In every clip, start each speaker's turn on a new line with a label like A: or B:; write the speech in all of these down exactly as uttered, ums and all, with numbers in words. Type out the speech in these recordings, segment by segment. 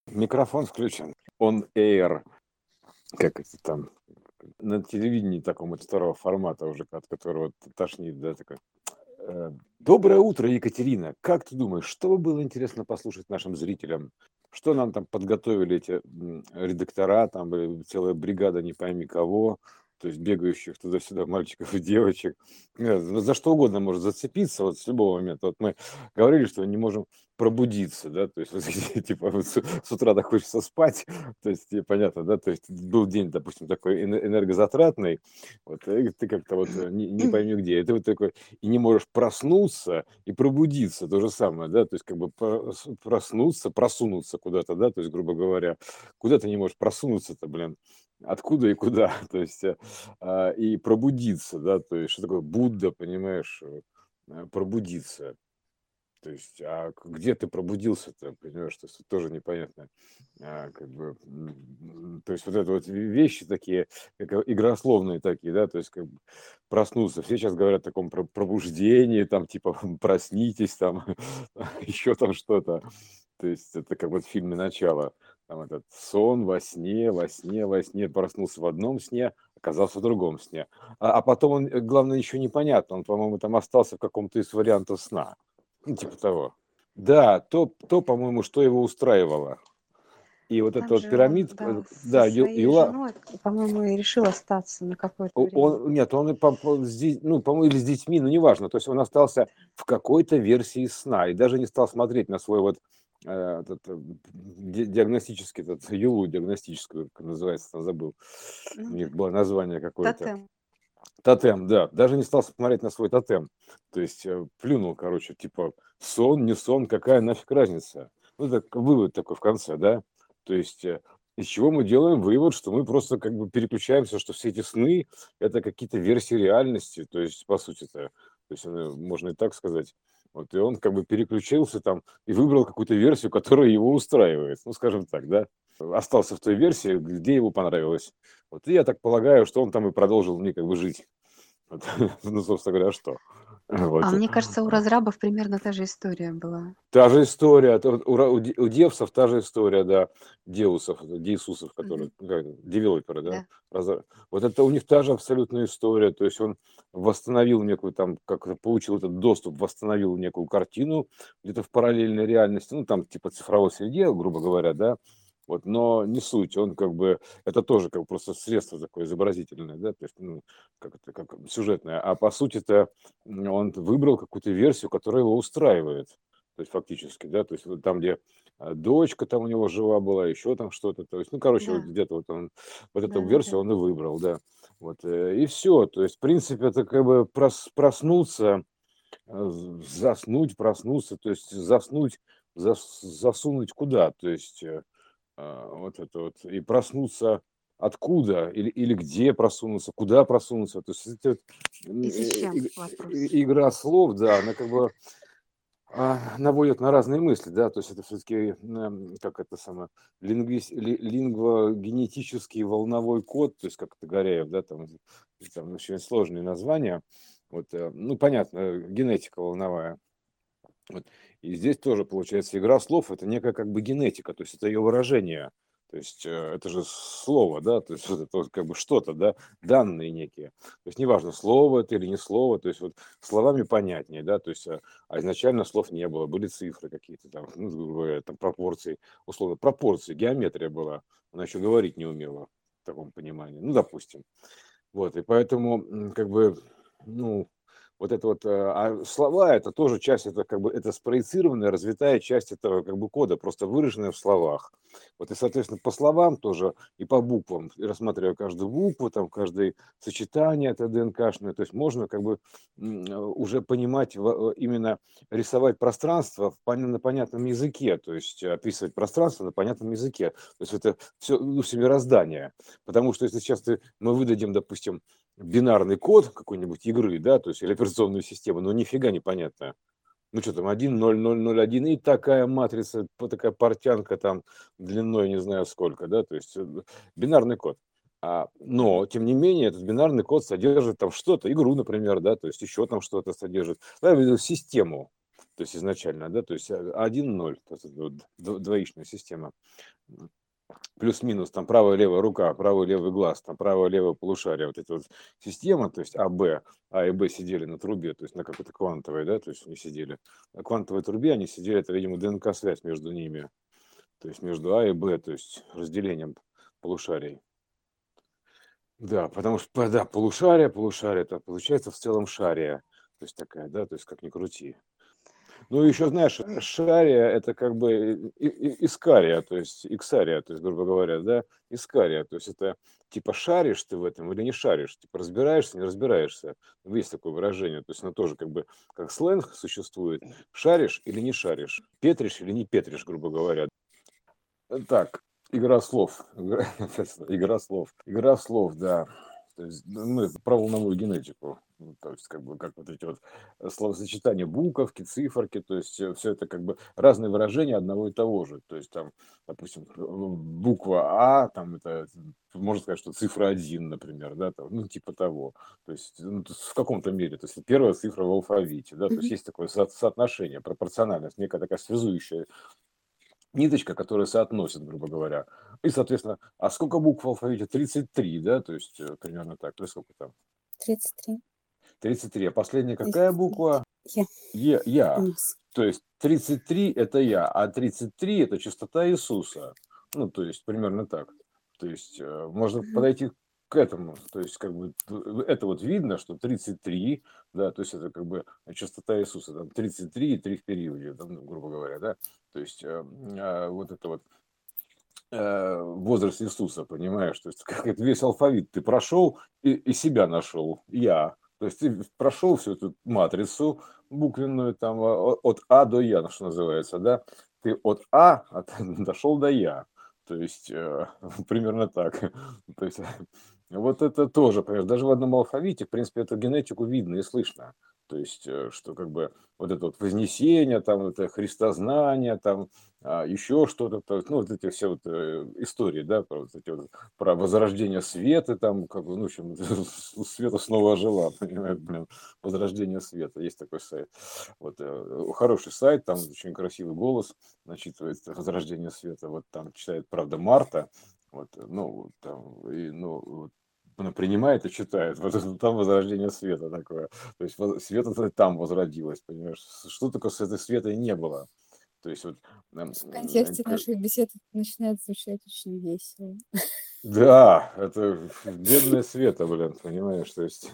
A: Микрофон включен. Он Air, как это там, на телевидении таком вот второго формата уже, от которого тошнит, да, такой. Э, Доброе утро, Екатерина. Как ты думаешь, что бы было интересно послушать нашим зрителям? Что нам там подготовили эти м, редактора, там э, целая бригада не пойми кого, то есть бегающих туда-сюда мальчиков и девочек. Э, За за что угодно может зацепиться вот с любого момента. Вот мы говорили, что не можем пробудиться, да, то есть вот эти, типа вот с, с утра так хочется спать, то есть и понятно, да, то есть был день, допустим, такой эне- энергозатратный, вот и ты как-то вот э, не, не пойми где, и ты вот такой и не можешь проснуться и пробудиться, то же самое, да, то есть как бы прос- проснуться, просунуться куда-то, да, то есть, грубо говоря, куда ты не можешь просунуться-то, блин, откуда и куда, то есть э, а, и пробудиться, да, то есть что такое Будда, понимаешь, э, э, пробудиться, то есть, а к- где ты пробудился-то, понимаешь, то есть это тоже непонятно. А, как бы, м, то есть вот это вот ве- вещи такие, как э, игрословные такие, да, то есть как бы проснуться. Все сейчас говорят о таком про- пробуждении, там типа проснитесь, там еще там что-то. То есть это как вот в фильме «Начало». Там этот сон во сне, во сне, во сне, проснулся в одном сне, оказался в другом сне. А, а потом он, э, главное, еще непонятно, он, по-моему, там остался в каком-то из вариантов сна. Ну, типа того. Да, то, то, по-моему, что его устраивало. И вот эта
B: Там
A: вот
B: же он,
A: пирамидка,
B: да, со
A: да, Ю-
B: своей
A: Юла,
B: женой, по-моему, и решил остаться на какое-то
A: о-
B: время.
A: он, нет, он и по, по- с ди- ну, по-моему, или с детьми, ну, неважно. То есть он остался в какой-то версии сна и даже не стал смотреть на свой вот э, этот, э, ди- диагностический, этот Юлу диагностическую, как называется, там забыл. У
B: Ну да,
A: них было название какое-то.
B: тотем.
A: Тотем, да. Даже не стал смотреть на свой тотем. То есть э, плюнул, короче, типа сон, не сон, какая нафиг разница. Ну, так вывод такой в конце, да. То есть э, из чего мы делаем вывод, что мы просто как бы переключаемся, что все эти сны это какие-то версии реальности, то есть по сути-то, то есть э, можно и так сказать. Вот, и он как бы переключился там и выбрал какую-то версию, которая его устраивает, ну, скажем так, да. Остался в той версии, где ему понравилось. Вот, и я так полагаю, что он там и продолжил мне как бы жить. Вот. Ну, собственно говоря, что?
B: А
A: Вот.
B: мне кажется, у разрабов примерно та же история была.
A: Та же история, то- у, ра- у де- у девсов та же история, да, деусов, это деисусов, которые,
B: Мгм.
A: ну, как это, девелоперы, да,
B: Да.
A: разра- вот это у них та же абсолютная история, то есть он восстановил некую там, как получил этот доступ, восстановил некую картину где-то в параллельной реальности, ну, там, типа цифровой среде, грубо говоря, да, вот, но не суть, он как бы, это тоже как бы просто средство такое изобразительное, да, то есть, ну, как это, как сюжетное, а по сути-то м, он выбрал какую-то версию, которая его устраивает. То есть фактически, да, то есть вот там, где а, дочка там у него жива была, еще там что-то, то есть, ну, короче, вот
B: Да,
A: где-то вот он, вот эту
B: да, да,
A: версию
B: да.
A: он и выбрал, да, вот, э, и все, то есть, в принципе, это как бы прос- проснуться, э, заснуть, проснуться, то есть заснуть, зас- засунуть куда, то есть э, а, вот это вот, и проснуться откуда или, или где просунуться, куда просунуться, то есть это вот, м,
B: И
A: э,
B: зачем
A: и-
B: вопрос?
A: и- игра слов, да, она как бы а, наводят на разные мысли, да, то есть это все-таки, как это самое, лингвис, ли- лингвогенетический волновой код, то есть как это Горяев, да, там, там очень сложные названия, вот, э, ну, понятно, э, генетика волновая, вот. И здесь тоже получается игра слов, это некая как бы генетика, то есть это ее выражение, то есть э, это же слово, да, то есть вот это вот как бы что-то, да, данные некие. То есть неважно, слово это или не слово, то есть вот словами понятнее, да, то есть а, а изначально слов не было, были цифры какие-то там, ну, грубо говоря, там пропорции, условно, пропорции, геометрия была, она еще говорить не умела в таком понимании, ну, допустим. Вот, и поэтому, м, как бы, ну, вот это вот, э, а слова это тоже часть, это как бы, это спроецированная, развитая часть этого как бы кода, просто выраженная в словах. Вот и, соответственно, по словам тоже и по буквам, и рассматривая каждую букву, там, каждое сочетание это ДНКшное, то есть можно как бы м, э, уже понимать, в- э, именно рисовать пространство в пон- на понятном языке, то есть описывать пространство на понятном языке. То есть это все, ну, все мироздание. Потому что если сейчас ты, мы выдадим, допустим, бинарный код какой-нибудь игры, да, то есть или операционную систему, но нифига не понятно. Ну что там, один, ноль, ноль, ноль, один, и такая матрица, по- такая портянка там длиной не знаю сколько, да, то есть э, бинарный код. А,
B: Мгм.
A: но, тем не менее, этот бинарный код содержит там что-то, игру, например, да, то есть еще там что-то содержит. Да, я имею в виду систему. то есть изначально, да, то есть один ноль, то есть вот дво- двоичная система. Плюс-минус, там правая левая рука, правый левый глаз, там правое левое полушарие, вот эта вот система, то есть А, Б, А и Б сидели на трубе, то есть на какой-то квантовой, да, то есть они сидели на квантовой трубе, они сидели, это, видимо, ДНК-связь между ними, то есть между А и Б, то есть разделением полушарий. Да, потому что, да, полушарие, полушарие, это получается в целом шария, то есть такая, да, то есть как ни крути. Ну, еще, знаешь, шария это как бы и- и- искария, то есть иксария, то есть, грубо говоря, да, искария, то есть это типа шаришь ты в этом или не шаришь, типа разбираешься, не разбираешься. Ну, есть такое выражение, то есть оно тоже как бы как сленг существует, шаришь или не шаришь, петришь или не петришь, грубо говоря. Так, игра слов. Игра, игра слов. Игра слов, да. То есть ну, мы про волновую генетику. Ну, то есть, как бы, как вот эти вот э, словосочетания, буковки, циферки, то есть все это как бы разные выражения одного и того же. То есть там, допустим, э, буква А, там это, можно сказать, что цифра один, например, да, там, ну, типа того. То есть ну, то есть в каком-то мере, то есть первая цифра в алфавите, да, то есть
B: Мгм.
A: есть такое со- соотношение, пропорциональность, некая такая связующая ниточка, которая соотносит, грубо говоря. И, соответственно, а сколько букв в алфавите? тридцать три, да, то есть э, примерно так. Или сколько там?
C: тридцать три.
A: тридцать три. А последняя
C: Ой,
A: какая буква?
C: Я
A: Е,
C: у
A: я.
C: нас.
A: То есть тридцать три это я, а тридцать три это частота Иисуса. Ну, то есть примерно так. То есть э, можно
C: Мгм.
A: подойти к этому. То есть как бы т- это вот видно, что тридцать три, да, то есть это как бы частота Иисуса, там тридцать три и три в периоде, там, ну, грубо говоря, да. То есть э, а, вот это вот э, возраст Иисуса, понимаешь? То есть как это весь алфавит ты прошел и, и себя нашел, я. То есть ты прошел всю эту матрицу буквенную, там, а, о- от А до Я, ну, что называется, да? Ты от А от- дошел до Я. То есть э, примерно так. То есть вот это тоже, понимаешь, даже в одном алфавите, в принципе, эту генетику видно и слышно. То есть, э, что как бы вот это вот вознесение, там, это христознание, там, а, еще что-то, то есть, ну, вот эти все вот э, истории, да, про вот эти вот, про возрождение света, там, как бы, ну, в общем, света снова ожила, понимаешь, блин, возрождение света, есть такой сайт, вот, э, хороший сайт, там очень красивый голос, начитывает возрождение света, вот там читает, правда, Марта, вот, э, ну, вот там, и, ну, вот, она принимает и читает, вот это там возрождение света такое, то есть воз- свет это там возродилось, понимаешь, что такое с этой светой не было, то есть вот эм,
C: В
A: м,
C: контексте
A: к-
C: нашей беседы это начинает звучать очень весело.
A: да, это бедная Света, блин, понимаешь, то есть,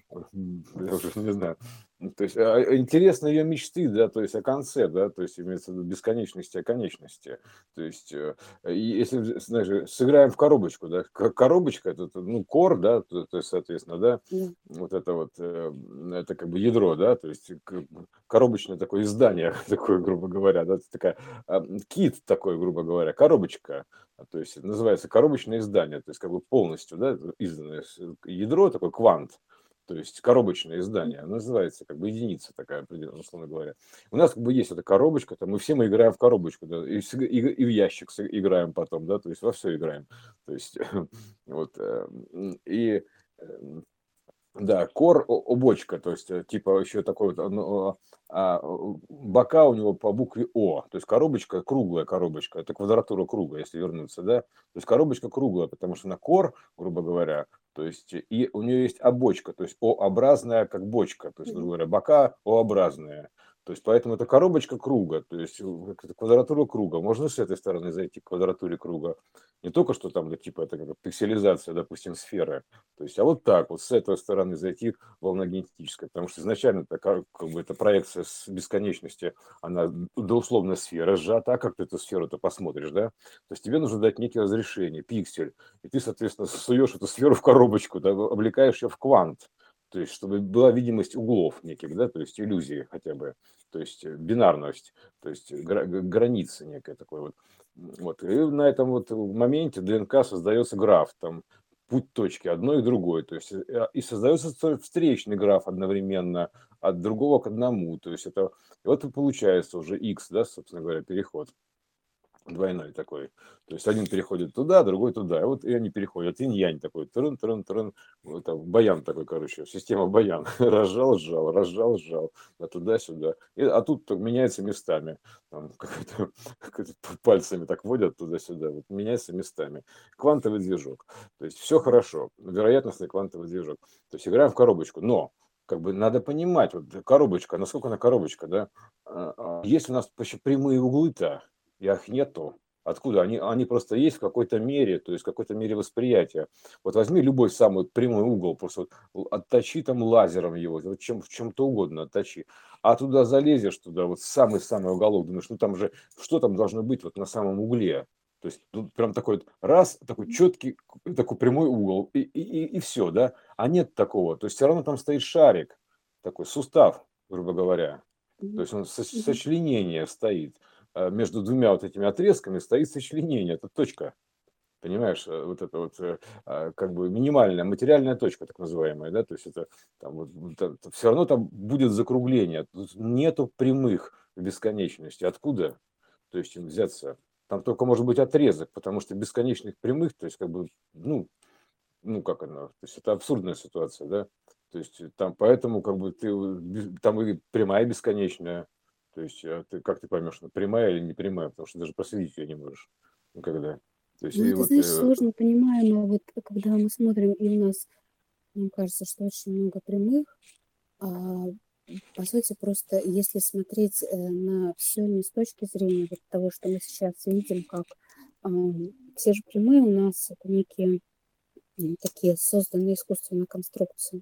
A: я уже не знаю, ну, то есть, а, интересны ее мечты, да, то есть о конце, да, то есть имеется в виду бесконечности о конечности, то есть, э, и если, вз- знаешь, сыграем в коробочку, да, к- коробочка, это, это, ну, кор, да, то, то есть, соответственно, да,
C: Да.
A: вот это вот, э, это как бы ядро, да, то есть к- коробочное такое издание, такое, грубо говоря, да, это такая, а, кит такой, грубо говоря, коробочка, а, то есть это называется коробочное издание, то есть как бы полностью, да, изданное с- ядро, такой квант, то есть коробочное издание, оно называется как бы единица такая, определенно, условно говоря. У нас как бы есть эта коробочка, там мы все мы играем в коробочку, да, и, с- и- и в ящик с- играем потом, да, то есть во все играем, то есть вот, э, м, и э, да, кор о- обочка, то есть э, типа еще такой вот, ну, а, у- бока у него по букве О, то есть коробочка круглая коробочка, это квадратура круга, если вернуться, да, то есть коробочка круглая, потому что на кор, грубо говоря, то есть и у нее есть обочка, то есть О-образная, как бочка, то есть, грубо
C: Мгм.
A: говоря, бока О-образные, то есть поэтому это коробочка круга, то есть э, как это квадратура круга, можно с этой стороны зайти к квадратуре круга, не только что там, да, типа это как пикселизация, допустим, сферы, то есть, а вот так вот с этой стороны зайти волна генетическая, потому что изначально это как, как бы эта проекция с бесконечности, она до условно сфера сжата, а как ты эту сферу-то посмотришь, да? То есть тебе нужно дать некие разрешения, пиксель, и ты, соответственно, суешь эту сферу в коробочку, да, облекаешь ее в квант, то есть чтобы была видимость углов неких, да, то есть иллюзии хотя бы, то есть э, бинарность, то есть гра- г- граница некая такой вот. Вот. И на этом вот моменте ДНК создается граф, там путь точки одной и другой. То есть э, и создается ц- встречный граф одновременно от другого к одному. То есть это и вот и получается уже X, да, собственно говоря, переход. двойной такой. То есть один переходит туда, другой туда. И вот и они переходят. Инь-янь такой. Трын, трын, трын. Вот там баян такой, короче. Система баян. Разжал, сжал, разжал, сжал. А туда-сюда. И, а тут так меняется местами. Там, как-то, как-то пальцами так водят туда-сюда. Вот, меняется местами. Квантовый движок. То есть все хорошо. Вероятностный квантовый движок. То есть играем в коробочку. Но как бы надо понимать, вот коробочка, насколько она коробочка, да? А, а, Есть у нас почти прямые углы-то, их нету. Откуда? Они, они просто есть в какой-то мере, то есть в какой-то мере восприятия. Вот возьми любой самый прямой угол, просто вот отточи там лазером его, вот чем, в чем-то угодно отточи. А туда залезешь, туда вот самый-самый уголок, думаешь, ну там же, что там должно быть вот на самом угле? То есть тут прям такой вот раз, такой четкий, такой прямой угол, и, и, и, и все, да? А нет такого. То есть все равно там стоит шарик, такой сустав, грубо говоря. То
B: Мгм.
A: есть он со-
B: Мгм.
A: сочленение стоит. А между двумя вот этими отрезками стоит сочленение, это точка. Понимаешь, э, вот это вот э, а, как бы минимальная материальная точка, так называемая, да, то есть это там вот, все равно там будет закругление, тут нету прямых в бесконечности. Откуда? То есть им взяться? Там только может быть отрезок, потому что бесконечных прямых, то есть как бы, ну, ну как она, то есть это абсурдная ситуация, да, то есть э, там поэтому как бы ты э, без- там и прямая бесконечная, то есть э, ты как ты поймешь, она прямая или не прямая, потому что даже проследить ее не можешь никогда. То есть
C: Ну,
A: и
C: это,
A: вот
C: знаешь,
A: э,
C: сложно понимаемо, вот когда мы смотрим, и у нас, мне кажется, что очень много прямых, а по сути, просто если смотреть э, на все не с точки зрения вот того, что мы сейчас видим, как ам, все же прямые у нас это некие м, такие созданные искусственные конструкции.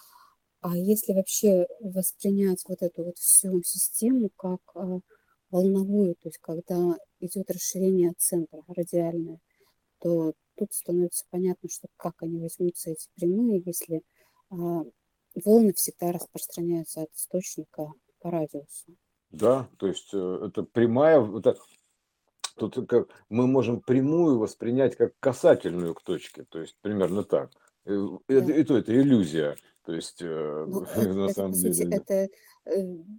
C: А если вообще воспринять вот эту вот всю систему как а, волновую, то есть когда идет расширение центра радиальное, то тут становится понятно, что как они возьмутся, эти прямые, если а, волны всегда распространяются от источника по радиусу.
A: да, то есть э, это прямая, вот это- тут как мы можем прямую воспринять как касательную к точке, то есть примерно так. Э, Это,
C: Да.
A: и то это иллюзия, то есть э,
C: Но это,
A: на
C: это по
A: самом
C: сути,
A: деле
C: это э,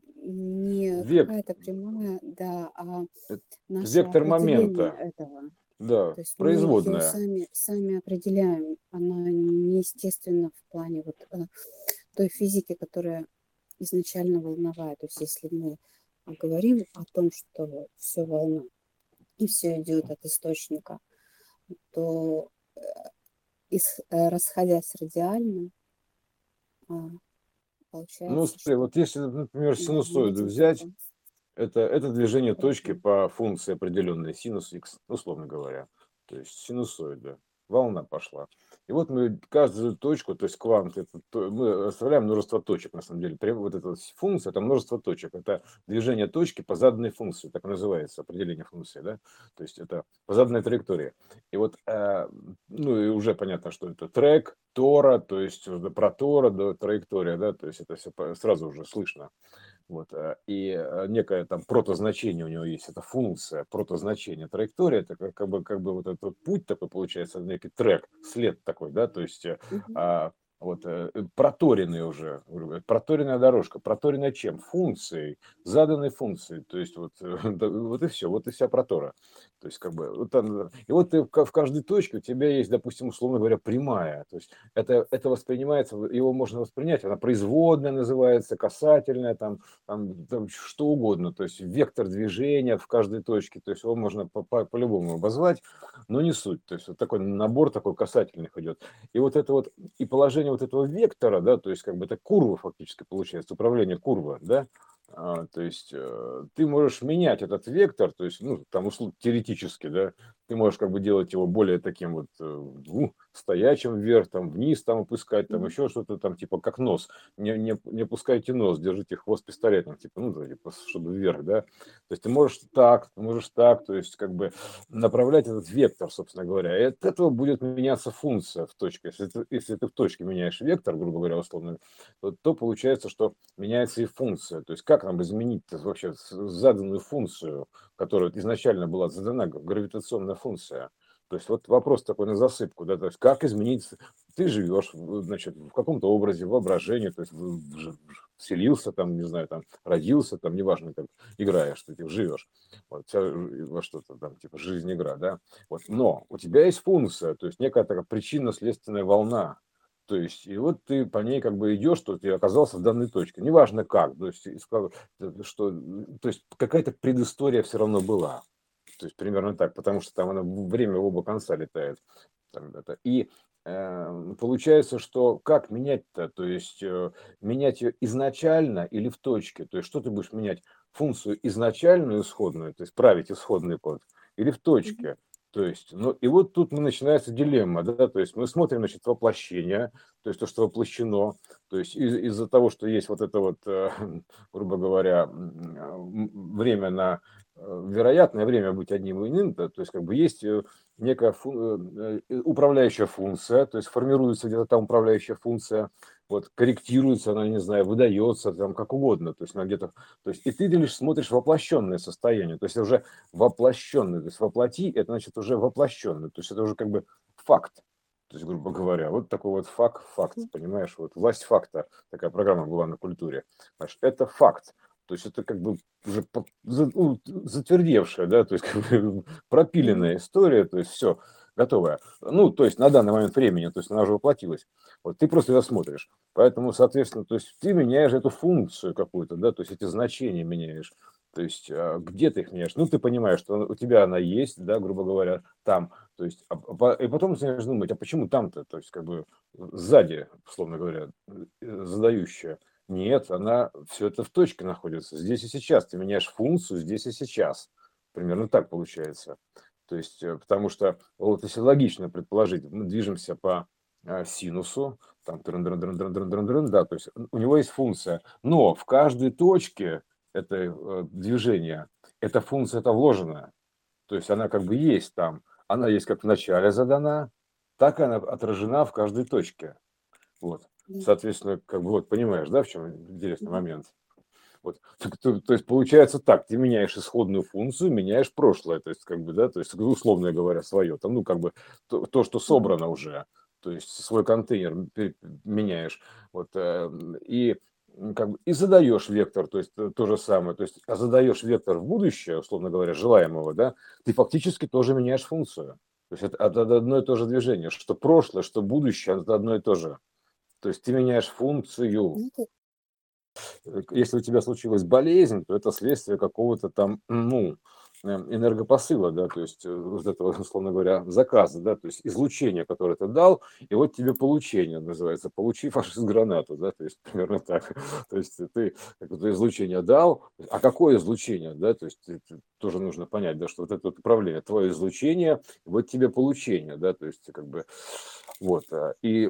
C: не
A: век,
C: какая-то прямая, да, а
A: это
C: наше
A: вектор
C: определение
A: момента,
C: этого.
A: да,
C: То есть мы ее
A: производная.
C: сами, сами определяем. Она неестественна в плане вот э, той физики, которая изначально волновая. То есть если мы говорим о том, что все волна и все идет от источника, то э, ис- э, расходясь радиально, а,
A: Ну,
C: получается,
A: смотри,
C: что
A: вот если, например,
C: да, мы
A: синусоиду
C: видим
A: взять,
C: только
A: это, это движение точки
C: прямую.
A: по функции определенной, синус х, условно говоря. То есть синусоида, волна пошла. И вот мы каждую точку, то есть квант, это, то- мы оставляем множество точек, на самом деле. Прям вот эта вот функция, это множество точек. Это движение точки по заданной функции, так и называется, определение функции, да? То есть это по заданной траектории. И вот, э, ну и уже понятно, что это трек, тора, то есть уже про тора, да, траектория, да, то есть это все сразу уже слышно. Вот, э, и э, некое там протозначение у него есть, это функция, протозначение. Траектория, это как, как бы, как бы вот этот вот путь такой получается, некий трек, след такой, да, то есть э,
C: Мгм.
A: а, вот э, э, проторенный уже, грубо говоря, проторенная дорожка, проторенная чем? Функцией, заданной функцией, то есть вот, э, да, вот и все, вот и вся протора. То есть как бы, вот там, и вот ты в ка- в каждой точке у тебя есть, допустим, условно говоря, прямая, то есть это, это воспринимается, его можно воспринять, она производная называется, касательная, там, там, там что угодно, то есть вектор движения в каждой точке, то есть его можно по- по- по-любому обозвать, но не суть, то есть вот такой набор такой касательных идет. И вот это вот, и положение вот этого вектора, да, то есть как бы это курва фактически получается, управление курва, да, а, то есть э, ты можешь менять этот вектор, то есть, ну, там, условно, теоретически, да, ты можешь как бы делать его более таким вот э, ну, стоячим вверх, там, вниз, там, опускать, там,
C: Мгм.
A: еще что-то там, типа, как нос. Не, не, не опускайте нос, держите хвост пистолетом, типа, ну, да, типа, чтобы вверх, да. То есть ты можешь так, ты можешь так, то есть как бы направлять этот вектор, собственно говоря. И от этого будет меняться функция в точке. Если ты, если ты в точке меняешь вектор, грубо говоря, условно, то, то получается, что меняется и функция. То есть как нам изменить вообще заданную функцию, которая изначально была задана, гравитационная функция. То есть вот вопрос такой на засыпку, да, то есть как изменить, ты живешь, значит, в каком-то образе, воображении, то есть в, в, селился, там, не знаю, там, родился, там, неважно, как играешь, ты типа, живешь, вот, у тебя во что-то там, типа, жизнь, игра, да, вот, но у тебя есть функция, то есть некая такая причинно-следственная волна, то есть, и вот ты по ней как бы идешь, что ты оказался в данной точке, неважно как, то есть, что, то есть какая-то предыстория все равно была. То есть примерно так, потому что там оно время в оба конца летает. Там это. И э, получается, что как менять-то? То есть э, менять ее изначально или в точке? То есть что ты будешь менять? Функцию изначальную исходную, то есть править исходный код, или в точке? То есть, ну и вот тут мы начинается дилемма, да, то есть мы смотрим, значит, воплощение, то есть то, что воплощено, то есть из- из-за того, что есть вот это вот, э, грубо говоря, м, м, время на э, вероятное время быть одним и иным, то, то есть как бы есть э, некая фу- э, э, управляющая функция, то есть формируется где-то там управляющая функция, вот корректируется она, не знаю, выдается там как угодно, то есть она где-то, то есть и ты лишь смотришь воплощенное состояние, то есть это уже воплощенный, то есть воплоти, это значит уже воплощенный, то есть это уже как бы факт. То есть, грубо говоря, вот такой вот факт, факт, понимаешь, вот власть факта, такая программа была на культуре, понимаешь, это факт. То есть это как бы уже по- за- ну, затвердевшая, да, то есть как бы пропиленная история, то есть все готовое. Ну, то есть на данный момент времени, то есть она уже воплотилась. Вот ты просто ее смотришь. Поэтому, соответственно, то есть ты меняешь эту функцию какую-то, да, то есть эти значения меняешь. То есть а, где ты их меняешь? Ну, ты понимаешь, что у тебя она есть, да, грубо говоря, там. То есть, а по- и потом начинаешь думать, а почему там-то? То есть, как бы сзади, условно говоря, э, задающая. Нет, она все это в точке находится. Здесь и сейчас. Ты меняешь функцию здесь и сейчас. Примерно так получается. То есть, э, потому что, вот если логично предположить, мы движемся по э, синусу, там, трын-дрын-дрын-дрын-дрын-дрын, да, то есть у него есть функция, но в каждой точке это э, движение, эта функция, это вложенная. То есть она как бы есть там, она есть как в начале задана, так и она отражена в каждой точке. Вот.
C: Да.
A: Соответственно, как бы вот понимаешь, да, в чем интересный
C: Мгм.
A: момент? Вот. Так, то, то есть получается так, ты меняешь исходную функцию, меняешь прошлое, то есть как бы, да, то есть условно говоря, свое, там, ну как бы то, то, что
C: Мгм.
A: собрано уже, то есть свой контейнер пе- меняешь, вот, э, и м, как бы и задаешь вектор, то есть то, то же самое, то есть а задаешь вектор в будущее, условно говоря, желаемого, да, ты фактически тоже меняешь функцию. То есть это, это одно и то же движение, что прошлое, что будущее, это одно и то же. То есть ты меняешь функцию.
C: Ну, это
A: Э, Если у тебя случилась болезнь, то это следствие какого-то там, ну, эм, энергопосыла, да, то есть э, вот этого, условно говоря, заказа, да, то есть излучение, которое ты дал, и вот тебе получение называется, получи фашист гранату, да, то есть примерно так, то есть ты какое-то излучение дал, а какое излучение, да, то есть ты- ты тоже нужно понять, да, что вот это вот управление, твое излучение, вот тебе получение, да, то есть как бы вот, а, и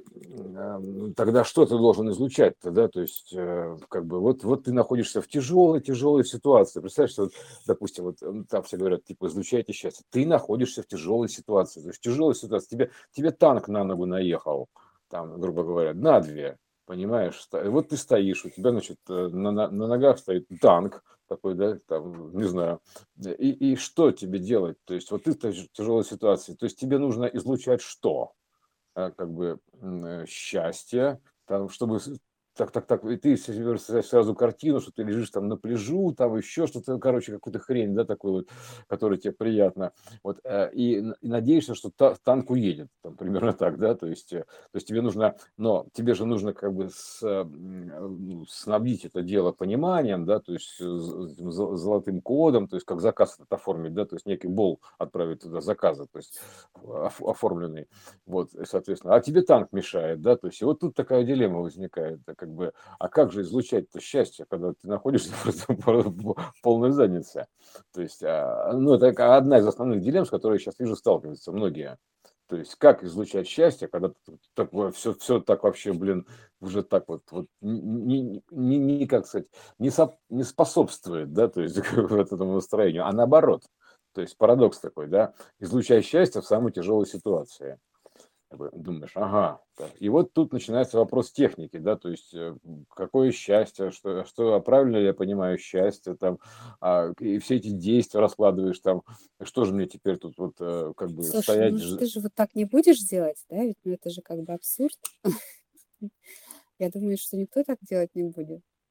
A: м, тогда что ты должен излучать-то, да, то есть э, как бы вот, вот ты находишься в тяжелой, тяжелой ситуации, представляешь, что, вот, допустим, вот м, там все говорят, типа, излучайте счастье, ты находишься в тяжелой ситуации, то есть в тяжелой ситуации, тебе, тебе танк на ногу наехал, там, грубо говоря, на две, понимаешь, ста- и вот ты стоишь, у тебя, значит, э, на, на, на ногах стоит танк, такой, да, там, не знаю, и, и что тебе делать, то есть вот ты в тяж- тяжелой ситуации, то есть тебе нужно излучать что? а, как бы м, э, счастья, там, чтобы с- так, так, так, и ты себе представляешь сразу картину, что ты лежишь там на пляжу, там еще что-то, короче, какую-то хрень, да, такую вот, которая тебе приятно, вот, э, и, н- и надеешься, что та- танк уедет, там, примерно так, да, то есть, э, то есть тебе нужно, но тебе же нужно как бы с, э, м, э, ну, снабдить это дело пониманием, да, то есть э, з- этим зо- золотым кодом, то есть как заказ этот оформить, да, то есть некий бол отправить туда заказа, то есть оф- оформленный, вот, и, соответственно, а тебе танк мешает, да, то есть и вот тут такая дилемма возникает, да, как бы, а как же излучать-то счастье, когда ты находишься просто в полной заднице, то есть, а, ну, это одна из основных дилемм, с которой я сейчас вижу сталкиваются многие, то есть, как излучать счастье, когда так, все, все так вообще, блин, уже так вот, вот не, не, не, как сказать, не, со, не способствует, да, то есть, вот этому настроению, а наоборот, то есть парадокс такой, да, излучая счастье в самой тяжелой ситуации. Как бы думаешь, ага. Так. И вот тут начинается вопрос техники, да, то есть э, какое счастье, что, что правильно ли я понимаю счастье, там, а, и все эти действия раскладываешь, там, что же мне теперь тут вот э, как бы
C: Слушай,
A: стоять,
C: ну ж
A: ж-
C: ты же вот так не будешь делать, да? Ведь, ну, это же как бы абсурд. Я думаю, что никто так делать не будет.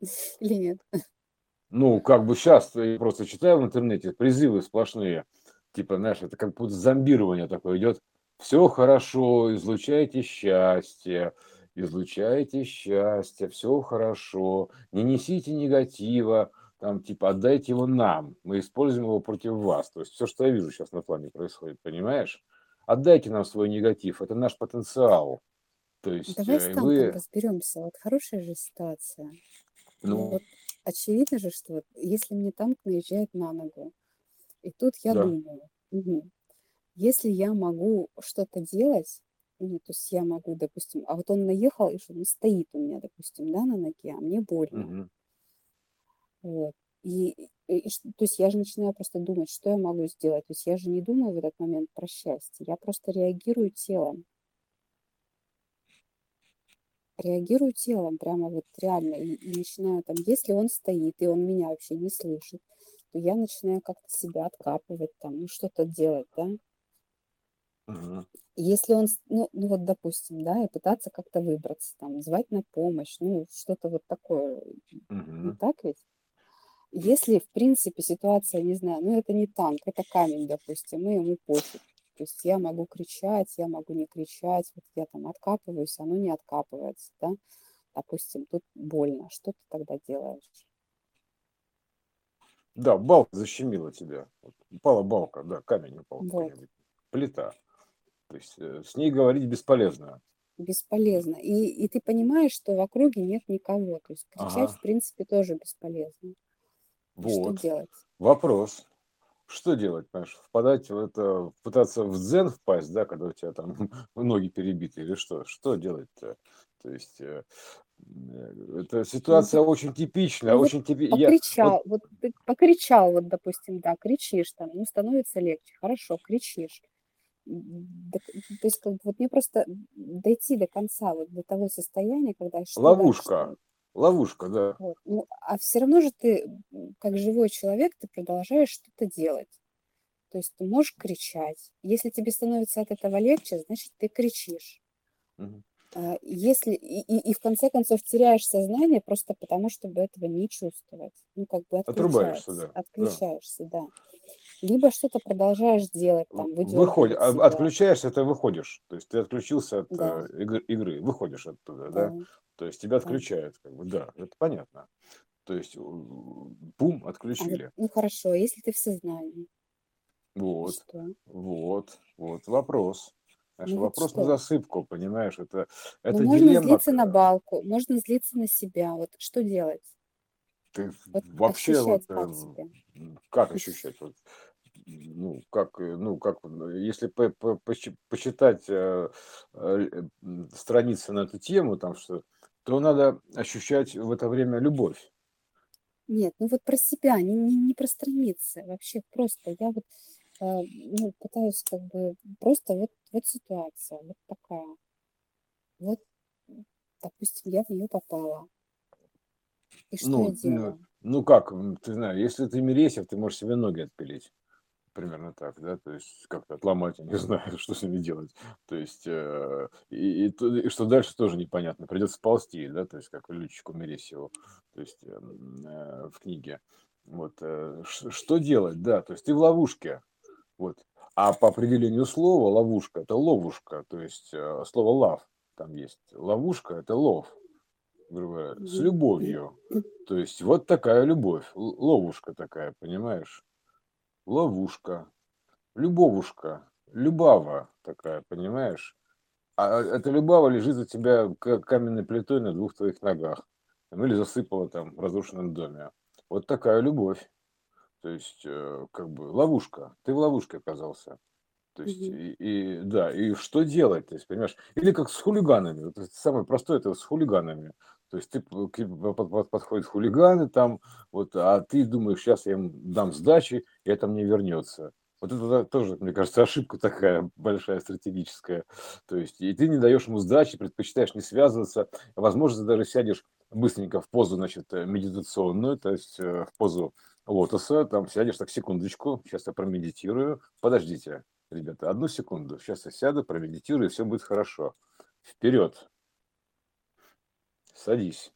C: Или нет?
A: Ну, как бы сейчас я просто читаю в интернете призывы сплошные. Типа, знаешь, это как будто зомбирование такое идет. Все хорошо, излучайте счастье, излучайте счастье, все хорошо, не несите негатива, там, типа, отдайте его нам, мы используем его против вас. То есть все, что я вижу сейчас на плане происходит, понимаешь? Отдайте нам свой негатив, это наш потенциал. То есть
C: Давай с
A: э,
C: танком
A: вы,
C: разберемся. Вот хорошая же ситуация.
A: ну,
C: Вот очевидно же, что вот если мне танк наезжает на ногу, и тут я
A: да.
C: думаю, мгм, если я могу что-то делать, ну, то есть я могу, допустим, а вот он наехал, и что он стоит у меня, допустим, да, на ноге, а мне больно.
A: Мгм.
C: Вот. И, и- и ш- то есть я же начинаю просто думать, что я могу сделать. То есть я же не думаю в этот момент про счастье, я просто реагирую телом. Реагирую телом, прямо вот реально, и, и начинаю там, если он стоит, и он меня вообще не слышит, то я начинаю как-то себя откапывать там, ну что-то делать, да.
A: Мгм.
C: И если он, с- ну, ну вот допустим, да, и пытаться как-то выбраться, там, звать на помощь, ну что-то вот такое, не
A: Мгм.
C: так ведь? Если, в принципе, ситуация, не знаю, ну это не танк, это камень, допустим, и ему пофиг. То есть я могу кричать, я могу не кричать, вот я там откапываюсь, оно не откапывается, да. Допустим, тут больно. Что ты тогда делаешь?
A: Да, балка защемила тебя. Вот упала балка, да, камень упал
C: Вот,
A: какой-нибудь, плита. То есть э, с ней говорить бесполезно.
C: бесполезно. И, и ты понимаешь, что в округе нет никого. То есть кричать,
A: Ага,
C: в принципе, тоже бесполезно. И что
A: вот.
C: делать?
A: Вопрос. Что делать, понимаешь? Впадать в это, пытаться в дзен впасть, да, когда у тебя там ноги перебиты или что? Что делать-то? То есть э, э, эта
C: Ну,
A: ситуация
C: так,
A: очень типичная,
C: ну вот
A: очень типичная. Я, вот,
C: покричал, вот ты покричал, вот, допустим, да, кричишь там, ну, становится легче. Хорошо, кричишь. М, да, то есть, как бы, вот мне просто дойти до конца, вот до того состояния, когда что
A: ловушка,
C: дальше-то?
A: ловушка, да.
C: Вот. Ну, а все равно же ты, м, как живой человек, ты продолжаешь что-то делать. То есть ты можешь кричать. Если тебе становится от этого легче, значит, ты кричишь.
A: Мгм.
C: А Если и, и, и в конце концов теряешь сознание просто потому, чтобы этого не чувствовать. Ну, как бы
A: Отрубаешься,
C: отключается,
A: да. Да.
C: отключаешься, да. Либо что-то продолжаешь делать, там,
A: Выходишь,
C: выдергивать себя.
A: отключаешься, это выходишь. То есть ты отключился от
C: Да,
A: э, игр- игры, выходишь оттуда,
C: да,
A: да? То есть тебя
C: да.
A: отключают, как бы, да, это понятно. То есть, у- бум,
C: А вот,
A: отключили.
C: ну хорошо, а если ты в сознании, и
A: Вот,
C: что?
A: вот, вот вопрос. Знаешь,
C: Ну вот
A: вопрос на
C: что?
A: засыпку, понимаешь, это,
C: Ну,
A: это
C: можно
A: дилемма.
C: злиться на
A: к-
C: балку, можно злиться на себя. Вот что делать?
A: Ты
C: Вот
A: вообще вот
C: ощущать
A: э,
C: как себя?
A: как ощущать? Вот, ну, как, э, ну, как, ну, если по- по- почи- почитать э, э, м, страницы на эту тему, там что, то надо ощущать в это время любовь.
C: Нет, ну вот про себя, не, не, не про страницы, вообще просто. Я вот э, ну, пытаюсь как бы просто вот, вот ситуация, вот такая. Вот, м, допустим, я в нее попала. И что я
A: Ну, ну,
C: делаю?
A: ну как, м, ты знаешь, если ты Мересев, ты можешь себе ноги отпилить. Примерно так, да, то есть как-то отломать, я не знаю, что с ними делать. То есть, э, и, и то- и что дальше тоже непонятно. Придется ползти, да, то есть как летчику Мересьеву, то есть эм, э, в книге. Вот, э, ш- что делать, да, то есть ты в ловушке, вот. А по определению слова ловушка – это ловушка, то есть э, слово лав там есть. Ловушка – это лов, грубо говоря, с
C: Мгм.
A: любовью. То есть вот такая любовь, л- ловушка такая, понимаешь? Ловушка. Любовушка, Любава такая, понимаешь? А эта Любава лежит у тебя как каменной плитой на двух твоих ногах. Там, или засыпала там в разрушенном доме. Вот такая любовь. То есть, э, как бы, ловушка. Ты в ловушке оказался. То есть,
C: Мгм.
A: и, и да, и что делать, то есть, понимаешь? Или как с хулиганами. Вот это самое простое, это с хулиганами. То есть ты п- к- под- под- подходят хулиганы там, вот, а ты думаешь, сейчас я им дам сдачи, и это мне вернется. Вот это да, тоже, мне кажется, ошибка такая большая, стратегическая. То есть, и ты не даешь ему сдачи, предпочитаешь не связываться. Возможно, ты даже сядешь быстренько в позу, значит, э, медитационную, то есть э, в позу лотоса, там сядешь так, секундочку, сейчас я промедитирую, подождите, ребята, одну секунду. Сейчас я сяду, промедитирую, и все будет хорошо. Вперед. Садись.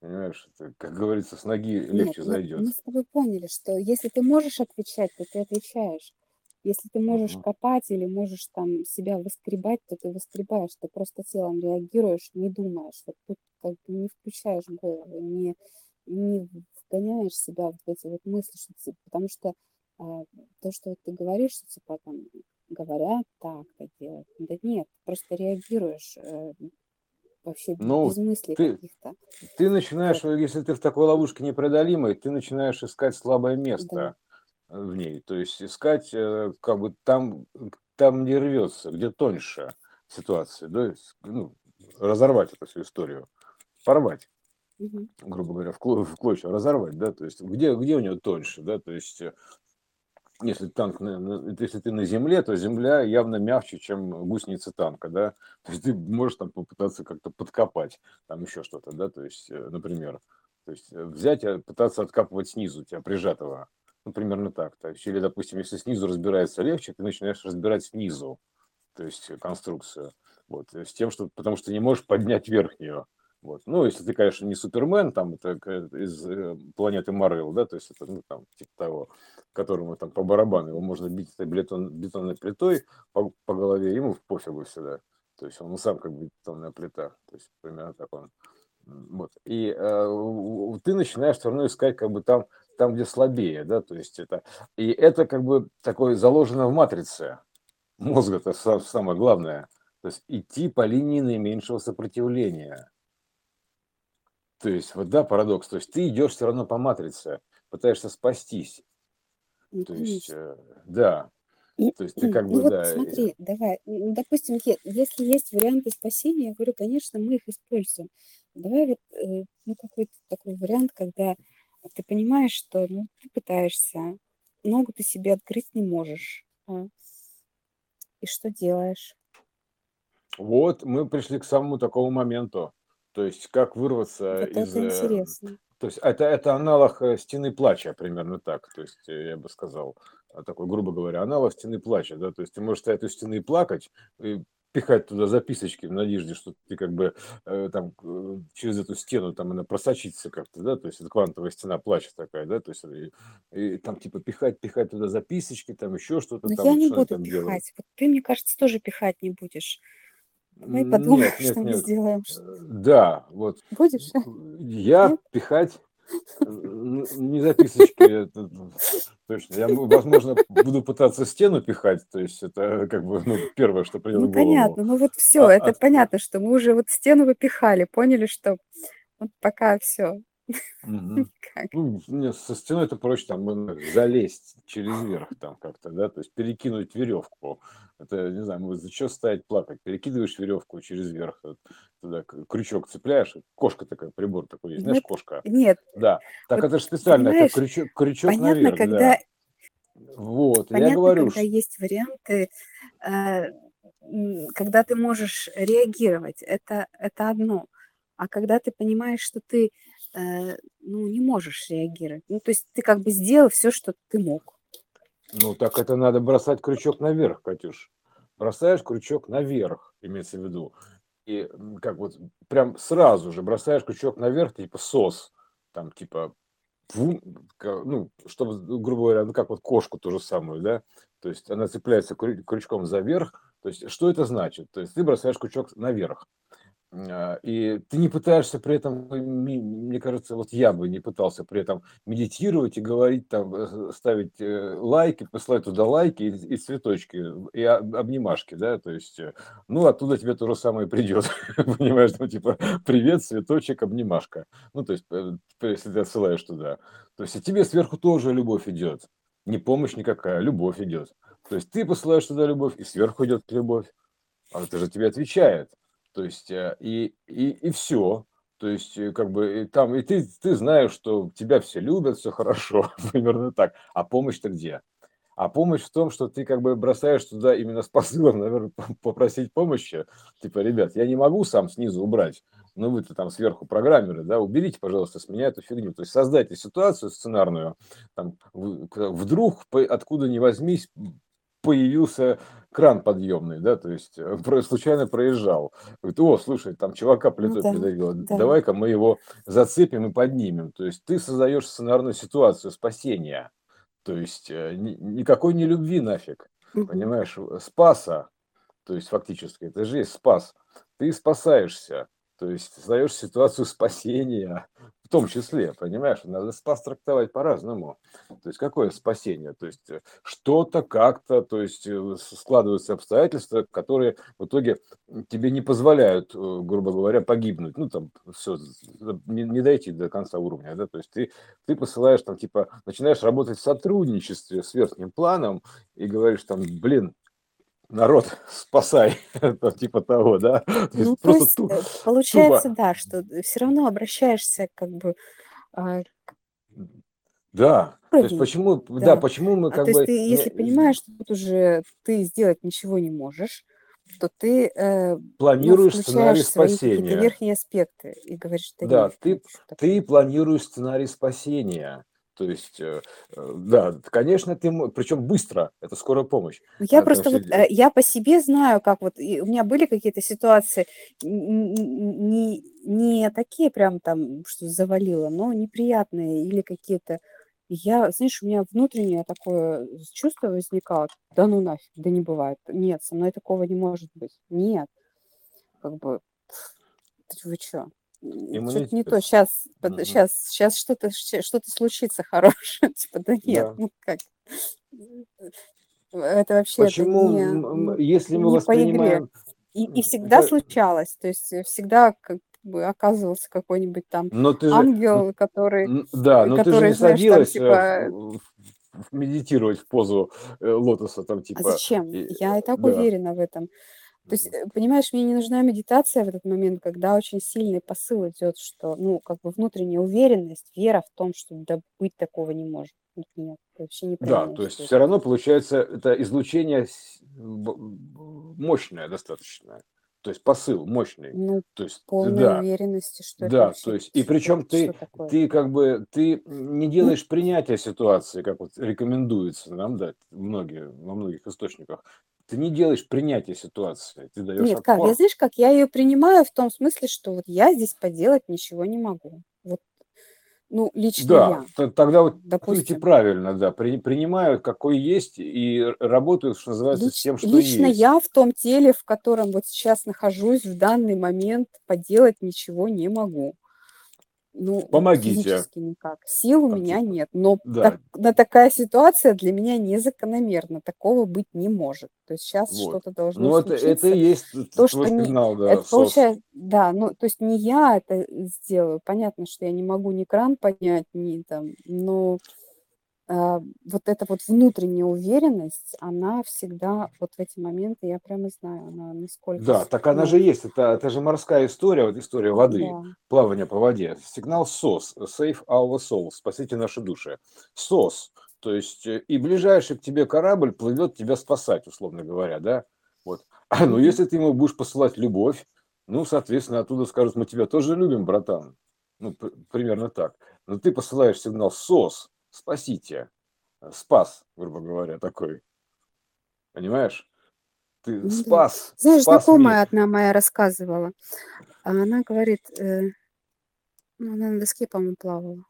A: Понимаешь, это, как говорится, с ноги
C: Нет,
A: легче
C: мы,
A: зайдет.
C: мы с тобой поняли, что если ты можешь отвечать, то ты отвечаешь. Если ты можешь
A: Мгм.
C: копать или можешь там себя выскребать, то ты выскребаешь. Ты просто телом реагируешь, не думаешь. Вот тут как бы не включаешь голову, не, не вгоняешь себя в эти вот мысли, что ти- потому что а, то, что вот ты говоришь, что типа там говорят так-то делать. Да нет, ты просто реагируешь э, вообще без
A: Ну,
C: мыслей
A: ты,
C: каких-то.
A: ты начинаешь,
C: Вот,
A: э, если ты в такой ловушке непреодолимой, ты начинаешь искать слабое
C: да.
A: место э, в ней. То есть искать, э, как бы там, там не рвется, где тоньше ситуация, да, есть, ну, разорвать эту всю историю, порвать,
C: Мгм.
A: грубо говоря, в, кло- в клочья, разорвать, да, то есть где, где у него тоньше, да, то есть э, если танк, на- на- если ты на земле, то земля явно мягче, чем гусеница танка, да. То есть ты можешь там попытаться как-то подкопать, там еще что-то, да, то есть, э, например, то есть э, взять и пытаться откапывать снизу тебя прижатого, ну, примерно так. То есть, или, допустим, если снизу разбирается легче, ты начинаешь разбирать снизу, то есть э, конструкцию. Вот, э, с тем, что, потому что ты не можешь поднять верхнюю. Вот. Ну, если ты, конечно, не Супермен, там, это к- из э, планеты Марвел, да, то есть это, ну, там, типа того, которому там по барабану, его можно бить этой бетон, бетонной плитой по, по голове, ему пофигу всегда. То есть он сам как бы бетонная плита. То есть примерно так он. М, Вот. И э, у- у- ты начинаешь все равно искать как бы там, там, где слабее, да, то есть это, и это как бы такое заложено в матрице мозга, это са- самое главное. То есть идти по линии наименьшего сопротивления. То есть, вот да, парадокс. То есть ты идешь все равно по матрице, пытаешься спастись.
C: Ну,
A: То есть,
C: конечно.
A: э, да, то есть ты как
C: Ну
A: бы,
C: вот
A: да, э,
C: смотри, давай, ну, допустим, е- если есть варианты спасения, я говорю, конечно, мы их используем. Давай вот, э, ну, какой-то такой вариант, когда ты понимаешь, что, ну, ты пытаешься, ногу ты себе отгрызть не можешь. А, и что делаешь?
A: вот мы пришли к самому такому моменту. То есть как вырваться
C: Вот
A: из...
C: это
A: э,
C: интересно.
A: То есть это, это аналог э, стены плача, примерно так. То есть э, я бы сказал, а, такой, грубо говоря, аналог стены плача. Да? То есть ты можешь стоять у стены и плакать, и пихать туда записочки в надежде, что ты как бы э, там э, через эту стену там она просочится как-то, да, то есть это квантовая стена плача такая, да, то есть и, и там типа пихать, пихать туда записочки, там еще что-то
C: Но
A: там,
C: я
A: вот
C: не
A: что они
C: буду
A: там делают.
C: пихать. Вот ты, мне кажется, тоже пихать не будешь. Давай подумаем,
A: Нет,
C: что
A: нет,
C: мы
A: нет.
C: сделаем.
A: Э, Да, вот.
C: Будешь?
A: Я
C: Нет?
A: пихать э, н- не записочки, это, ну, точно. Я, м, возможно, буду пытаться стену пихать, то есть это как бы ну, первое, что придет
C: Ну,
A: в голову.
C: понятно. Ну, вот все,
A: А
C: это
A: от-
C: понятно, что мы уже вот стену выпихали, поняли, что вот пока все.
A: Мгм.
C: Никак.
A: Ну, не, со стеной это проще, там можно залезть через верх там как-то, да, то есть перекинуть веревку. Это, не знаю, может, за что стоять плакать? Перекидываешь веревку через верх, вот туда к- крючок цепляешь, кошка такая, прибор такой есть,
C: Ну,
A: знаешь,
C: это
A: кошка.
C: нет,
A: Да, так
C: вот
A: это же специально, это
C: понимаешь,
A: крючок, крючок
C: понятно,
A: наверх,
C: когда
A: да. Вот, я
C: понятно,
A: говорю,
C: когда
A: ш-
C: есть варианты, э, м, когда ты можешь реагировать, это это одно. А когда ты понимаешь, что ты, э, ну, не можешь реагировать, ну, то есть ты как бы сделал все, что ты мог.
A: ну так это надо бросать крючок наверх, Катюш. Бросаешь крючок наверх, имеется в виду. И м, как вот прям сразу же бросаешь крючок наверх, типа сос, там типа, вум, ка- ну, чтобы, ну, грубо говоря, ну как вот кошку ту же самую, да, то есть она цепляется крю- крючком за верх, то есть что это значит? То есть ты бросаешь крючок наверх, а, и ты не пытаешься при этом, э, ми- мне кажется, вот я бы не пытался при этом медитировать и говорить там, э, ставить э, лайки, посылать туда лайки и, и цветочки, и а- обнимашки, да, то есть, э, ну, оттуда тебе то же самое придет, понимаешь, ну, типа, привет, цветочек, обнимашка, ну, то есть, э, если ты отсылаешь туда, то есть, и тебе сверху тоже любовь идет, не помощь никакая, любовь идет, то есть, ты посылаешь туда любовь, и сверху идет любовь, а это же тебе отвечает. То есть, э, и, и, и все. То есть, э, как бы, и там, и ты, ты знаешь, что тебя все любят, все хорошо, примерно так. А помощь-то где? А помощь в том, что ты как бы бросаешь туда именно с посылом, наверное, попросить помощи. Типа, ребят, я не могу сам снизу убрать, но вы-то там сверху программеры, да, уберите, пожалуйста, с меня эту фигню. То есть создайте ситуацию сценарную, там, в- вдруг, по- откуда ни возьмись, появился кран подъемный, да, то есть э, про- случайно проезжал. Говорит, о, слушай, там чувака
C: Ну
A: плитой
C: да,
A: придавило,
C: да.
A: давай-ка мы его зацепим и поднимем. То есть ты создаешь сценарную ситуацию спасения. То есть э, ни- никакой не любви нафиг,
C: Мгм.
A: понимаешь, э, спаса. То есть фактически это же есть спас. Ты спасаешься, то есть создаешь ситуацию спасения, в том числе, понимаешь, надо спас трактовать по-разному. То есть какое спасение? То есть э, что-то как-то, то есть э, с- складываются обстоятельства, которые в итоге м, тебе не позволяют, э, грубо говоря, погибнуть. Ну там все, не, не дойти до конца уровня, да, то есть ты, ты посылаешь там типа, начинаешь работать в сотрудничестве с верхним планом и говоришь там, блин, народ, спасай, это типа того, да? То
C: Ну,
A: есть
C: то
A: просто
C: есть,
A: ту-
C: э, получается,
A: тупо,
C: да, что все равно обращаешься как бы а,
A: да. То есть
C: уровень,
A: почему, да,
C: да.
A: почему мы
C: А,
A: как
C: то есть
A: бы
C: ты, если
A: не
C: понимаешь, что тут уже ты сделать ничего не можешь, то ты, э, ну,
A: планируешь
C: включаешь
A: сценарий
C: свои какие-то
A: спасения?
C: верхние аспекты и говоришь, да
A: Да,
C: нет, нет,
A: ты,
C: что такое.
A: ты планируешь сценарий спасения. То есть, э, э, да, конечно, ты, причем быстро, это скорая помощь.
C: Ну, я
A: А, то
C: просто
A: есть,
C: вот,
A: э,
C: э, я по себе знаю, как вот, и у меня были какие-то ситуации, н- н- не, не такие прям там, что завалило, но неприятные или какие-то. И я, знаешь, у меня внутреннее такое чувство возникало, да ну нафиг, да не бывает, нет, со мной такого не может быть, нет, как бы, ты вы чё? Что-то не то,
A: иммунитет.
C: сейчас,
A: Мгм.
C: сейчас, сейчас что-то, щ- что-то случится хорошее, типа, да нет,
A: Да.
C: ну как, это вообще это
A: Почему,
C: не,
A: м, м,
C: м,
A: если мы
C: не по игре.
A: воспринимаем,
C: И, и
A: м,
C: всегда
A: по-
C: случалось, то есть э, всегда как бы оказывался какой-нибудь там
A: но ты же, н-
C: ангел, который,
A: н- да,
C: э,
A: но ты же
C: который,
A: не
C: знаешь, там
A: садилась э,
C: типа,
A: в- в- в- медитировать в позу э, лотоса, там
C: а
A: типа,
C: зачем?
A: и,
C: Я и так
A: да.
C: уверена в этом. То есть,
A: Мгм.
C: э, понимаешь, мне не нужна медитация в этот момент, когда очень сильный посыл идет, что, ну, как бы внутренняя уверенность, вера в том, что да быть такого не может. Вот нет, это вообще не про
A: Да,
C: меня
A: то есть
C: история.
A: все равно получается это излучение с- б- б- мощное достаточно, то есть посыл мощный,
C: Ну,
A: то есть
C: полной
A: да,
C: уверенности, что это
A: да,
C: вообще
A: то есть и
C: что,
A: причем
C: что
A: ты
C: такое.
A: ты как бы ты не делаешь принятия ситуации, как вот рекомендуется нам дать многие во многих источниках, ты не делаешь принятия ситуации, ты даешь
C: Нет, как? Я,
A: отпор.
C: знаешь, как? Я ее принимаю в том смысле, что вот я здесь поделать ничего не могу. Вот, ну, лично
A: Да,
C: я,
A: т- тогда вот поступите
C: допустим.
A: правильно, да, при- принимаю какой есть и р- работаю, что называется, с
C: Лич,
A: тем, что
C: лично
A: есть.
C: я в том теле, в котором вот сейчас нахожусь, в данный момент поделать ничего не могу. Ну, вот
A: Помогите,
C: физически никак. Сил у
A: там
C: меня
A: типа,
C: нет. Но так,
A: да,
C: на такая ситуация для меня незакономерна. Такого быть не может. То есть сейчас
A: вот.
C: что-то должно
A: Ну, это, это и
C: случиться.
A: есть т- т-
C: То,
A: твой
C: что не...
A: сигнал, да,
C: Это
A: СОС.
C: получается, да, ну, то есть не я это сделаю. Понятно, что я не могу ни кран поднять, ни там, но а, вот эта вот внутренняя уверенность, она всегда, вот в эти моменты, я прямо знаю, она насколько,
A: Да,
C: с-
A: так она
C: ну,
A: же есть, это, это же морская история, вот история воды,
C: да.
A: плавание по воде. Сигнал СОС, Save Our Souls, спасите наши души. СОС, то есть э, и ближайший к тебе корабль плывет тебя спасать, условно говоря, да? Вот. А, ну,
C: Мгм.
A: если ты ему будешь посылать любовь, ну, соответственно, оттуда скажут, мы тебя тоже любим, братан. Ну, п- примерно так. Но ты посылаешь сигнал СОС, спасите, э, спас, грубо говоря, такой, понимаешь? Ты
C: Ну да.
A: спас,
C: Знаешь,
A: спас мир.
C: знакомая одна моя рассказывала, а она говорит, э, ну, она на доске, по-моему, плавала,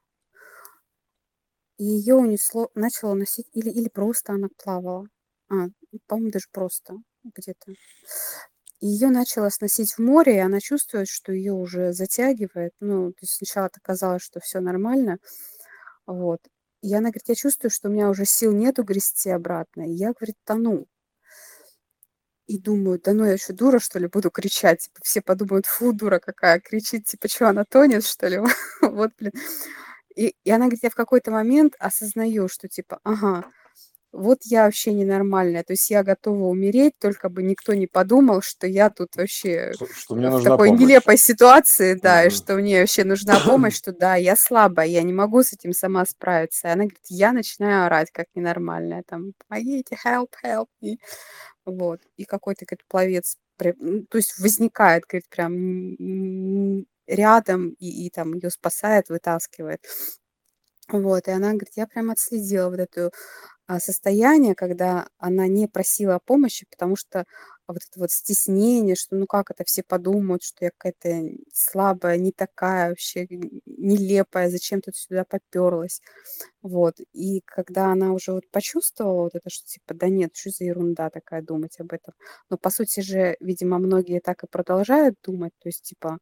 C: и ее унесло, начало носить, или, или просто она плавала, а, по-моему, даже просто где-то. Ее начало сносить в море, и она чувствует, что ее уже затягивает. Ну, то есть сначала-то казалось, что все нормально, вот. И она говорит, я чувствую, что у меня уже сил нету грести обратно. И я, говорит, тону. И думаю, да ну я что, дура, что ли, буду кричать? Типа, все подумают, фу, дура какая, кричит, типа, что, она тонет, что ли? Вот, блин. И, и она говорит, я в какой-то момент осознаю, что, типа, ага, вот я вообще ненормальная. То есть я готова умереть, только бы никто не подумал, что я тут вообще
A: Что, что мне
C: в
A: нужна
C: такой
A: помощь.
C: нелепой ситуации, да, и
A: Мгм.
C: что мне вообще нужна помощь, что да, я слабая, я не могу с этим сама справиться. И она говорит, я начинаю орать как ненормальная, там, помогите, help, help me. Вот. И какой-то, говорит, пловец, прям, м, то есть возникает, говорит, прям м, рядом и, и там ее спасает, вытаскивает. Вот. И она говорит, я прям отследила вот эту а, состояние, когда она не просила о помощи, потому что вот это вот стеснение, что ну как это все подумают, что я какая-то слабая, не такая вообще, н нелепая, зачем тут сюда попёрлась. Вот. И когда она уже вот почувствовала вот это, что типа: "Да нет, что за ерунда такая думать об этом". Но по сути же, видимо, многие так и продолжают думать. То есть типа,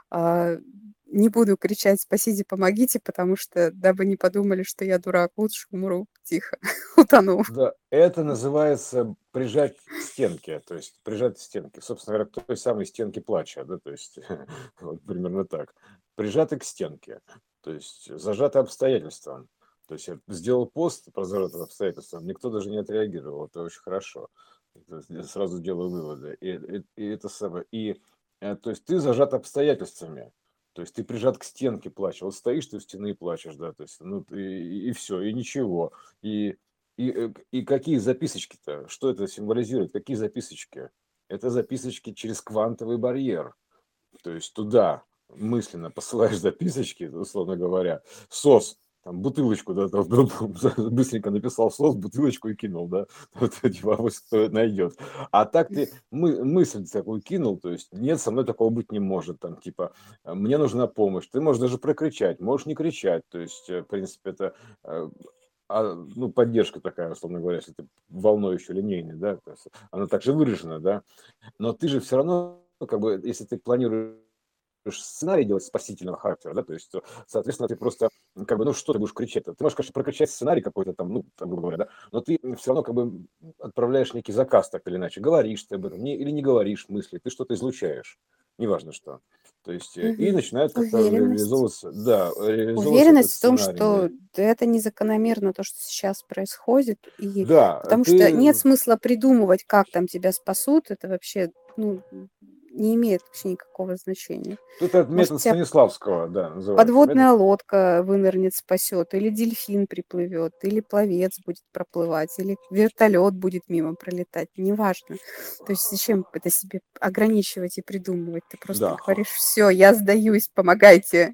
C: а, не буду кричать: "Спасите, помогите", потому что дабы не подумали, что я дурак, лучше умру тихо, утону.
A: Да, это называется прижать к стенке, то есть прижать к стенке. Собственно говоря, к той самой стенке плача, да, то есть вот примерно так. Прижаты к стенке, то есть зажаты обстоятельствам. То есть я сделал пост про зажатые обстоятельства, никто даже не отреагировал, это очень хорошо. То есть я сразу делаю выводы. И, и- и это самое. И, э, то есть ты зажат обстоятельствами. То есть ты прижат к стенке плача. Вот стоишь ты у стены и плачешь, да, то есть, ну, и, и все, и ничего. И и, э, и какие записочки-то? Что это символизирует? Какие записочки? Это записочки через квантовый барьер. То есть туда мысленно посылаешь записочки, условно говоря, сос, там, бутылочку, да, там, быстренько написал сос, бутылочку и кинул, да, вот, типа, авось кто найдет. А так ты мы, мысль такую кинул, то есть нет, со мной такого быть не может, там, типа, э, мне нужна помощь. Ты можешь даже прокричать, можешь не кричать, то есть, э, в принципе, это э, а, ну, поддержка такая, условно говоря, если ты волной еще линейный, да, то есть она также выражена, да, но ты же все равно, ну, как бы, если ты планируешь сценарий делать спасительного характера, да, то есть, то, соответственно, ты просто, м, как бы, ну, что ты будешь кричать-то? Ты можешь, конечно, прокричать сценарий какой-то там, ну, там, грубо говоря, да, но ты все равно, как бы, отправляешь некий заказ, так или иначе. Говоришь ты об этом не, или не говоришь мысли, ты что-то излучаешь, неважно что. То есть, э, и
C: Мгм.
A: начинает как-то
C: Уверенность.
A: реализовываться, да, реализовываться этот
C: Уверенность в том,
A: сценарий, да.
C: что д это не закономерно, то, что сейчас происходит. И
A: Да,
C: потому что
A: ты
C: нет смысла придумывать, как там тебя спасут. Это вообще, ну, не имеет вообще никакого значения.
A: тут этот
C: Может,
A: метод
C: тя
A: Станиславского, да, называется. Метод,
C: подводная лодка вынырнет, спасет, или дельфин приплывет, или пловец будет проплывать, или вертолет будет мимо пролетать, неважно. То есть зачем это себе ограничивать и придумывать? Ты просто
A: да, х-
C: говоришь: "Все, я сдаюсь, помогайте,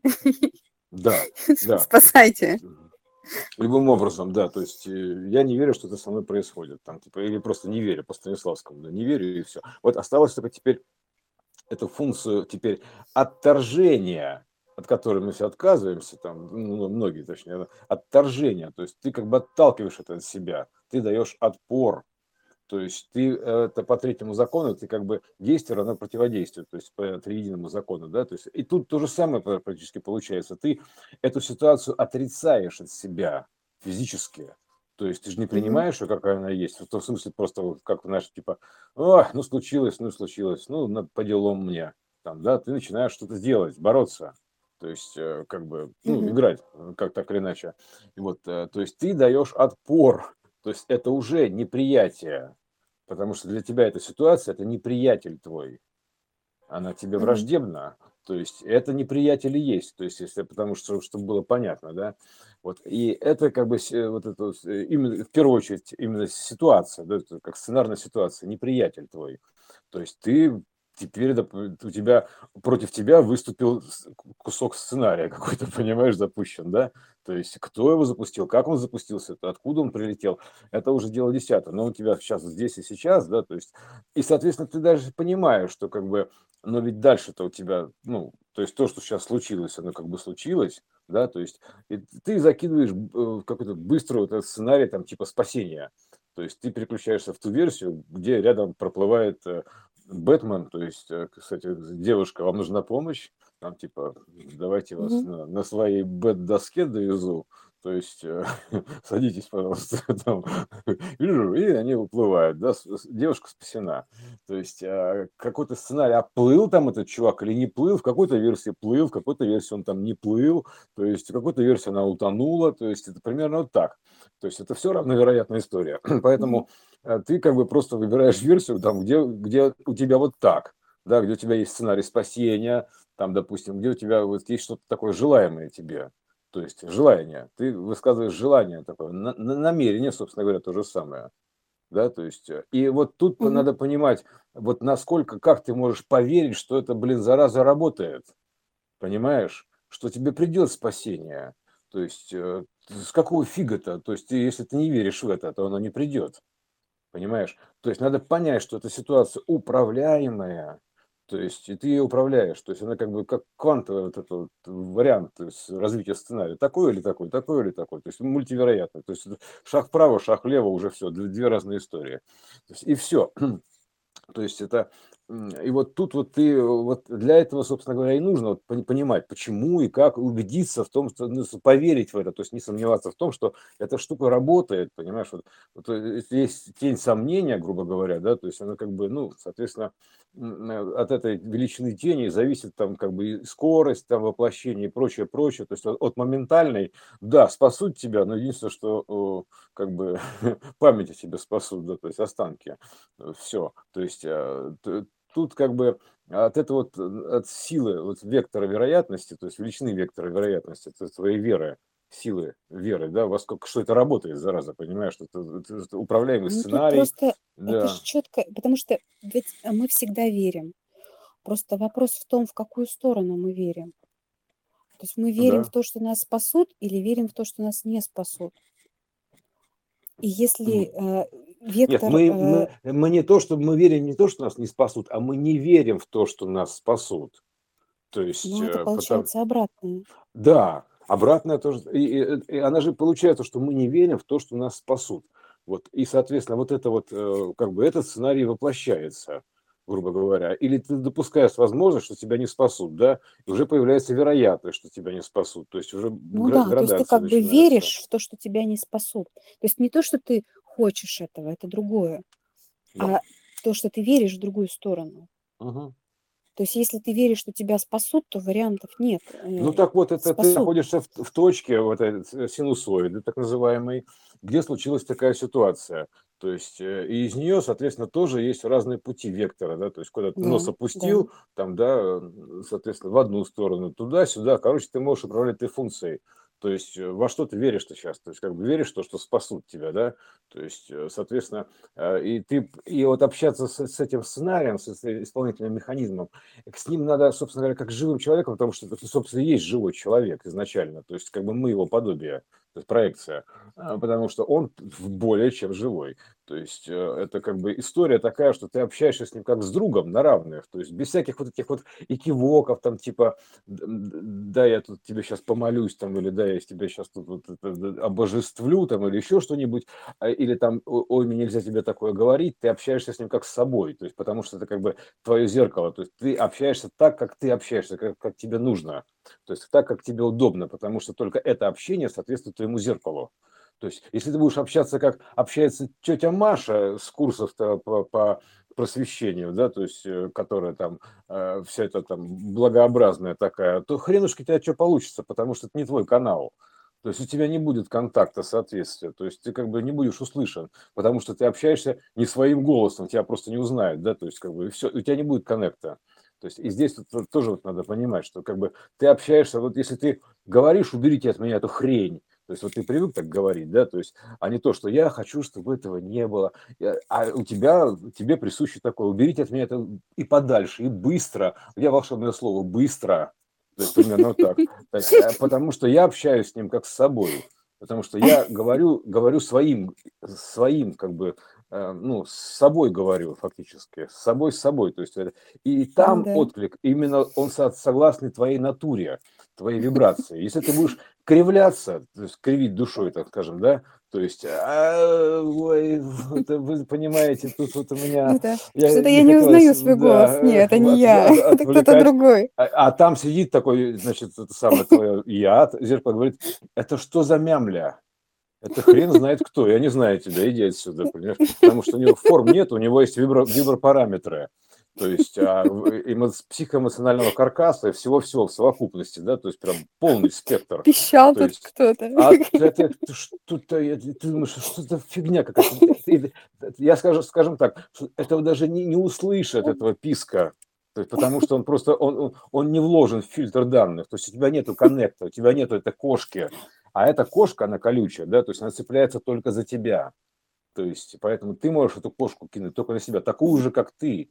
A: да, да.
C: спасайте".
A: Любым образом, да, то есть э, я не верю, что это со мной происходит, там, типа, или просто не верю по Станиславскому, да, не верю и все. Вот осталось только теперь эту функцию теперь отторжения, от которой мы все отказываемся, там, ну, многие точнее, да, отторжения, то есть ты как бы отталкиваешь это от себя, ты даешь отпор, то есть ты э, это по третьему закону, ты как бы действие равно противодействию, то есть по триединому закону, да, то есть и тут то же самое пр- практически получается, ты эту ситуацию отрицаешь от себя физически, то есть ты же не
C: Мгм.
A: принимаешь ее, какая она есть, в том смысле просто вот как, знаешь, типа, «Ой, ну случилось, ну случилось, ну на- по делам мне, там, да, ты начинаешь что-то делать, бороться, то есть э, как бы, ну,
C: Мгм.
A: играть, э, как так или иначе, и вот, э, то есть ты даешь отпор, то есть это уже неприятие, потому что для тебя эта ситуация, это неприятель твой, она тебе
C: Мгм.
A: враждебна, то есть это неприятель и есть, то есть если, потому что, чтобы было понятно, да, вот, и это как бы с- вот это вот, э, именно, в первую очередь, именно ситуация, да, это как сценарная ситуация, неприятель твой, то есть ты теперь, доп- у тебя, против тебя выступил с- кусок сценария какой-то, понимаешь, запущен, да, то есть кто его запустил, как он запустился, это откуда он прилетел, это уже дело десятое, но у тебя сейчас здесь и сейчас, да, то есть, и, соответственно, ты даже понимаешь, что как бы, но ведь дальше-то у тебя, ну, то есть то, что сейчас случилось, оно как бы случилось, да, то есть и ты закидываешь э, какой-то быстрый вот этот сценарий, там, типа спасения. То есть ты переключаешься в ту версию, где рядом проплывает э, Бэтмен, то есть, э, кстати, девушка, вам нужна помощь, там, типа, давайте вас
C: Мгм.
A: на, на своей бэт-доске довезу, то есть э, садитесь, пожалуйста, там, и они уплывают, да, с- с- девушка спасена. То есть а, какой-то сценарий, а плыл там этот чувак или не плыл, в какой-то версии плыл, в какой-то версии он там не плыл, то есть в какой-то версии она утонула, то есть это примерно вот так. То есть это все равновероятная история.
C: Мгм.
A: Поэтому э, ты как бы просто выбираешь версию, там, где, где у тебя вот так, да, где у тебя есть сценарий спасения, там, допустим, где у тебя вот есть что-то такое желаемое тебе, то есть желание, ты высказываешь желание такое, на- на- намерение, собственно говоря, то же самое. Да, то есть, э, и вот тут по-
C: Мгм.
A: надо понимать, вот насколько, как ты можешь поверить, что это, блин, зараза работает, понимаешь, что тебе придет спасение. То есть э, с какого фига-то? То есть ты, если ты не веришь в это, то оно не придет. Понимаешь? То есть надо понять, что эта ситуация управляемая, то есть и ты ее управляешь. То есть она как бы как квантовый вот этот вот вариант то есть, развития сценария. Такой или такой, такой или такой. То есть мультивероятно. То есть это шаг вправо, шаг влево, уже все. Две разные истории. То есть, и все. То есть это м, и вот тут вот ты э, вот для этого, собственно говоря, и нужно вот пони- понимать, почему и как, убедиться в том, что ну, с- поверить в это, то есть не сомневаться в том, что эта штука работает, понимаешь, вот, вот, э, если есть тень сомнения, грубо говоря, да, то есть она как бы, ну, соответственно, м, э, от этой величины тени зависит там как бы и скорость там воплощения и прочее, прочее, то есть от, от моментальной, да, спасут тебя, но единственное, что о, как бы память о тебе спасут, да, то есть останки, все. То есть э, т- тут как бы от этого вот, э, от силы, вот вектора вероятности, то есть величины вектора вероятности, то есть твоей веры, силы веры, да, во сколько, что это работает, зараза, понимаешь, что это, это- это управляемый
C: Ну, тут
A: сценарий,
C: просто это же
A: да,
C: четко, потому что ведь а, мы всегда верим. Просто вопрос в том, в какую сторону мы верим. То есть мы
A: ну
C: верим в
A: да.
C: то, что нас спасут, или верим в то, что нас не спасут. И если
A: М.
C: э,
A: Нет,
C: вектор,
A: мы,
C: э,
A: мы, мы не то, что мы верим не то, что нас не спасут, а мы не верим в то, что нас спасут. То есть,
C: ну, это
A: э, потому,
C: получается обратное.
A: да, обратное тоже. И, и- и она же получается, что мы не верим в то, что нас спасут. Вот, и, соответственно, вот это вот, э, как бы этот сценарий воплощается, грубо говоря. Или ты допускаешь возможность, что тебя не спасут, да, и уже появляется вероятность, что тебя не спасут. То есть уже
C: Ну
A: гра-
C: да, то есть ты
A: градация
C: как бы
A: начинается.
C: веришь в то, что тебя не спасут. То есть не то, что ты хочешь этого, это другое,
A: Да.
C: а то, что ты веришь в другую сторону.
A: Мгм.
C: То есть если ты веришь, что тебя спасут, то вариантов нет.
A: Ну
C: э,
A: так вот, это ты
C: Спасут.
A: находишься в, в точке вот этой с- синусоиды, так называемой, где случилась такая ситуация. То есть э, и из нее, соответственно, тоже есть разные пути вектора, да, то есть куда ты
C: Да,
A: нос
C: да.
A: опустил, там, да, э, соответственно, в одну сторону, туда-сюда, короче, ты можешь управлять этой функцией. То есть э, во что ты веришь ты сейчас, то есть как бы веришь в то, что спасут тебя, да, то есть, э, соответственно, э, и ты, и вот общаться с, с этим сценарием, с с исполнительным механизмом, с ним надо, собственно говоря, как с живым человеком, потому что это, собственно, и есть живой человек изначально. То есть, как бы мы его подобие, то есть проекция, а, потому что он более чем живой. То есть, э, это как бы история такая, что ты общаешься с ним как с другом на равных, то есть без всяких вот этих вот экивоков, там, типа, д- д- да, я тут тебе сейчас помолюсь, там, или да, я тебя сейчас тут вот это, да, обожествлю, там, или еще что-нибудь, а, или там, «О- ой, мне нельзя тебе такое говорить», ты общаешься с ним как с собой, то есть, потому что это как бы твое зеркало. То есть ты общаешься так, как ты общаешься, как, как тебе нужно. То есть так, как тебе удобно, потому что только это общение соответствует твоему зеркалу. То есть если ты будешь общаться, как общается тетя Маша с курсов по, по просвещению, да, то есть, э, которая там э, вся эта там благообразная такая, то хренушки у тебя что получится, потому что это не твой канал. То есть у тебя не будет контакта, соответствия, то есть ты как бы не будешь услышан, потому что ты общаешься не своим голосом, тебя просто не узнают, да, то есть как бы все, у тебя не будет коннекта. То есть и здесь тут вот тоже вот надо понимать, что как бы ты общаешься, вот если ты говоришь, уберите от меня эту хрень, то есть вот ты привык так говорить, да, то есть, а не то, что я хочу, чтобы этого не было, Я- а у тебя, тебе присуще такое, уберите от меня это и подальше, и быстро, у меня волшебное слово «быстро», то есть примерно вот так. То есть, э, потому что я общаюсь с ним как с собой, потому что я говорю, говорю своим, своим как бы, э, ну, с собой говорю фактически, с собой, с собой. То есть, это- и
C: Ну
A: там
C: да.
A: отклик, именно он со- согласный твоей натуре, твоей вибрации. Если ты будешь кривляться, то есть кривить душой, так скажем, да, то есть, «А, ой, это вы понимаете, тут вот у меня,
C: Это
A: я
C: что-то
A: не
C: я не
A: хотелось,
C: узнаю свой голос.
A: да,
C: Нет, это не
A: от-
C: я.
A: от-
C: Это кто-то
A: отвлекать,
C: другой.
A: а, а там сидит такой, значит, это самое твое я, зеркало говорит, это что за мямля? Это хрен знает кто, я не знаю тебя, иди отсюда, понимаешь? Потому что у него форм нет, у него есть вибро, вибропараметры. То есть а, в- эмо- психоэмоционального каркаса и всего-всего в совокупности, да, то есть прям полный спектр.
C: Пищал
A: То
C: тут
A: есть
C: кто-то.
A: а это что-то, я- ты думаешь, что это фигня какая-то. Ты- Я скажу, скажем так, что этого даже не, не услышат, этого писка. То есть, потому что он просто, он, он, он не вложен в фильтр данных. То есть у тебя нету коннекта, у тебя нету этой кошки. А эта кошка, она колючая, да, то есть она цепляется только за тебя. То есть, поэтому ты можешь эту кошку кинуть только на себя, такую же, как ты.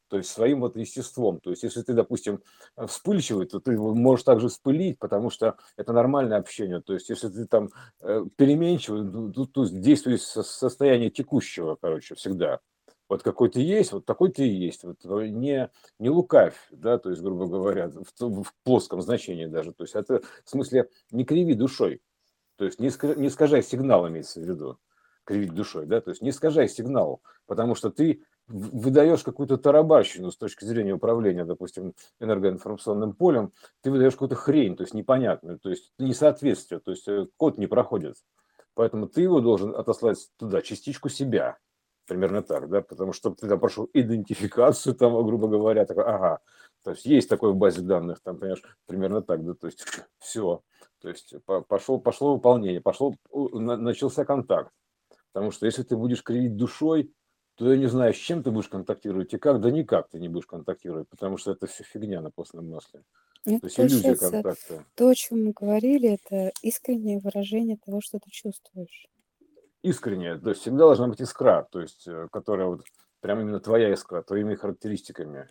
A: то есть своим вот естеством. То есть если ты, допустим, вспыльчивый, то ты можешь также вспылить, потому что это нормальное общение. То есть если ты там э, переменчивый, ну, тут, тут действуешь со состояния текущего, короче, всегда. Вот какой ты есть, вот такой ты и есть. Вот не, не лукавь, да, то есть, грубо говоря, в, в плоском значении даже. То есть это в смысле не криви душой. То есть не, ска- не искажай сигнал, имеется в виду, кривить душой, да, то есть не искажай сигнал, потому что ты в- выдаешь какую-то тарабарщину с точки зрения управления, допустим, энергоинформационным полем, ты выдаешь какую-то хрень, то есть непонятную, то есть несоответствие, то есть э, код не проходит. Поэтому ты его должен отослать туда, частичку себя, примерно так, да, потому что ты там прошел идентификацию, там, грубо говоря, такой, ага, то есть есть такое в базе данных, там, понимаешь, примерно так, да, то есть все, то есть по- пошел, пошло выполнение, пошел, у- на- начался контакт. Потому что если ты будешь кривить душой, то я не знаю, с чем ты будешь контактировать и как, да никак ты не будешь контактировать, потому что это все фигня на постном масле.
C: Ну, это
A: То есть иллюзия
C: получается,
A: контакта.
C: то, о чем мы говорили, это искреннее выражение того, что ты чувствуешь.
A: Искренняя, то есть всегда должна быть искра, то есть э, которая вот прям именно твоя искра, твоими характеристиками.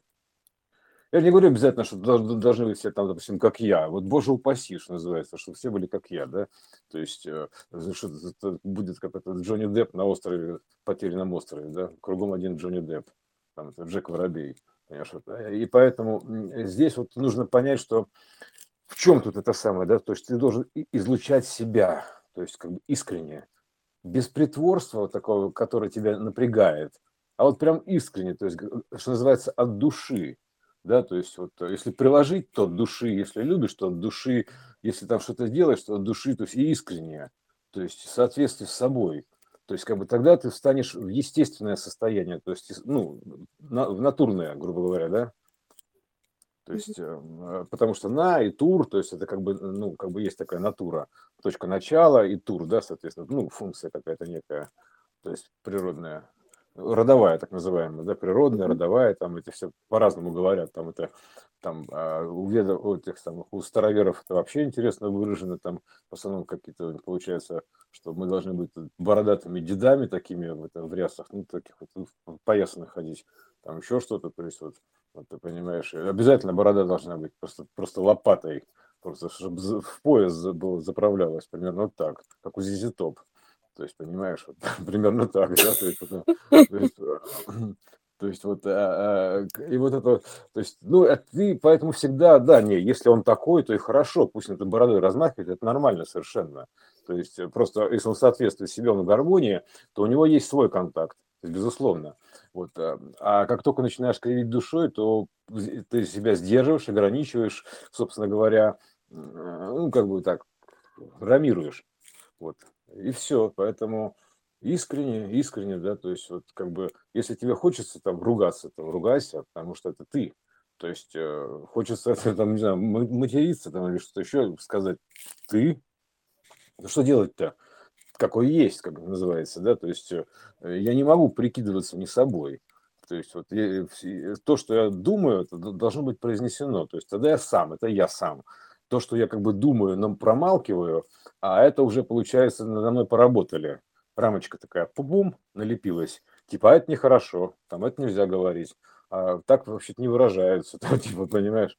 A: Я не говорю обязательно, что должны, должны быть все там, допустим, как я. Вот боже упаси, что называется, чтобы все были как я, да. То есть э, что это будет как это Джонни Депп на острове, потерянном острове, да. Кругом один Джонни Депп, там это Джек Воробей, понимаешь, вот. Э, И поэтому м, здесь вот нужно понять, что в чем тут это самое, да. То есть ты должен и- излучать себя, то есть как бы искренне, без притворства вот такого, которое тебя напрягает, а вот прям искренне, то есть, г- что называется, от души, да, то есть вот э, если приложить, то от души, если любишь, то от души, если там что-то делаешь, то от души, то есть и искренне, то есть в соответствии с собой, то есть как бы тогда ты встанешь в естественное состояние, то есть, ну, на- в натурное, грубо говоря, да, то
C: Мгм.
A: есть, э, потому что на и тур, то есть это как бы, ну, как бы есть такая натура, точка начала и тур, да, соответственно, ну, функция какая-то некая, то есть природная, родовая так называемая, да, природная,
C: Мгм.
A: родовая, там эти все по-разному говорят, там это, там а, у ведов, у этих самых, у староверов это вообще интересно выражено, там в основном какие-то, получается, что мы должны быть бородатыми дедами такими в, это, в рясах, ну, таких вот поясанных ходить, там еще что-то, то есть вот, вот ты понимаешь, и обязательно борода должна быть просто, просто лопатой, просто чтобы в пояс за- было заправлялось, примерно вот так, как у Зизи Топ. То есть, понимаешь, вот, примерно так, да, то есть, это, то есть, э, то есть вот, а, а, к- и вот это, вот, то есть, ну, а ты поэтому всегда, да, не, если он такой, то и хорошо, пусть он этой бородой размахивает, это нормально совершенно. То есть, э, просто если он соответствует себе, он в гармонии, то у него есть свой контакт, то есть, безусловно. Вот, а, а как только начинаешь кривить душой, то з- ты себя сдерживаешь, ограничиваешь, собственно говоря, м, ну, как бы так, рамируешь. Вот. И все. Поэтому искренне, искренне, да, то есть вот как бы, если тебе хочется там ругаться, то ругайся, потому что это ты. То есть э, хочется там, не знаю, ма- материться там или что-то еще сказать, ты. Ну что делать-то? Какой есть, как называется, да, то есть э, я не могу прикидываться не собой. То есть вот я- все- то, что я думаю, это д- должно быть произнесено. То есть тогда я сам, это я сам. То, что я как бы думаю, но промалкиваю, а это уже, получается, надо мной поработали. Рамочка такая, пу-бум, налепилась. Типа, а это нехорошо, там это нельзя говорить. А так вообще-то не выражаются. Там, типа, понимаешь?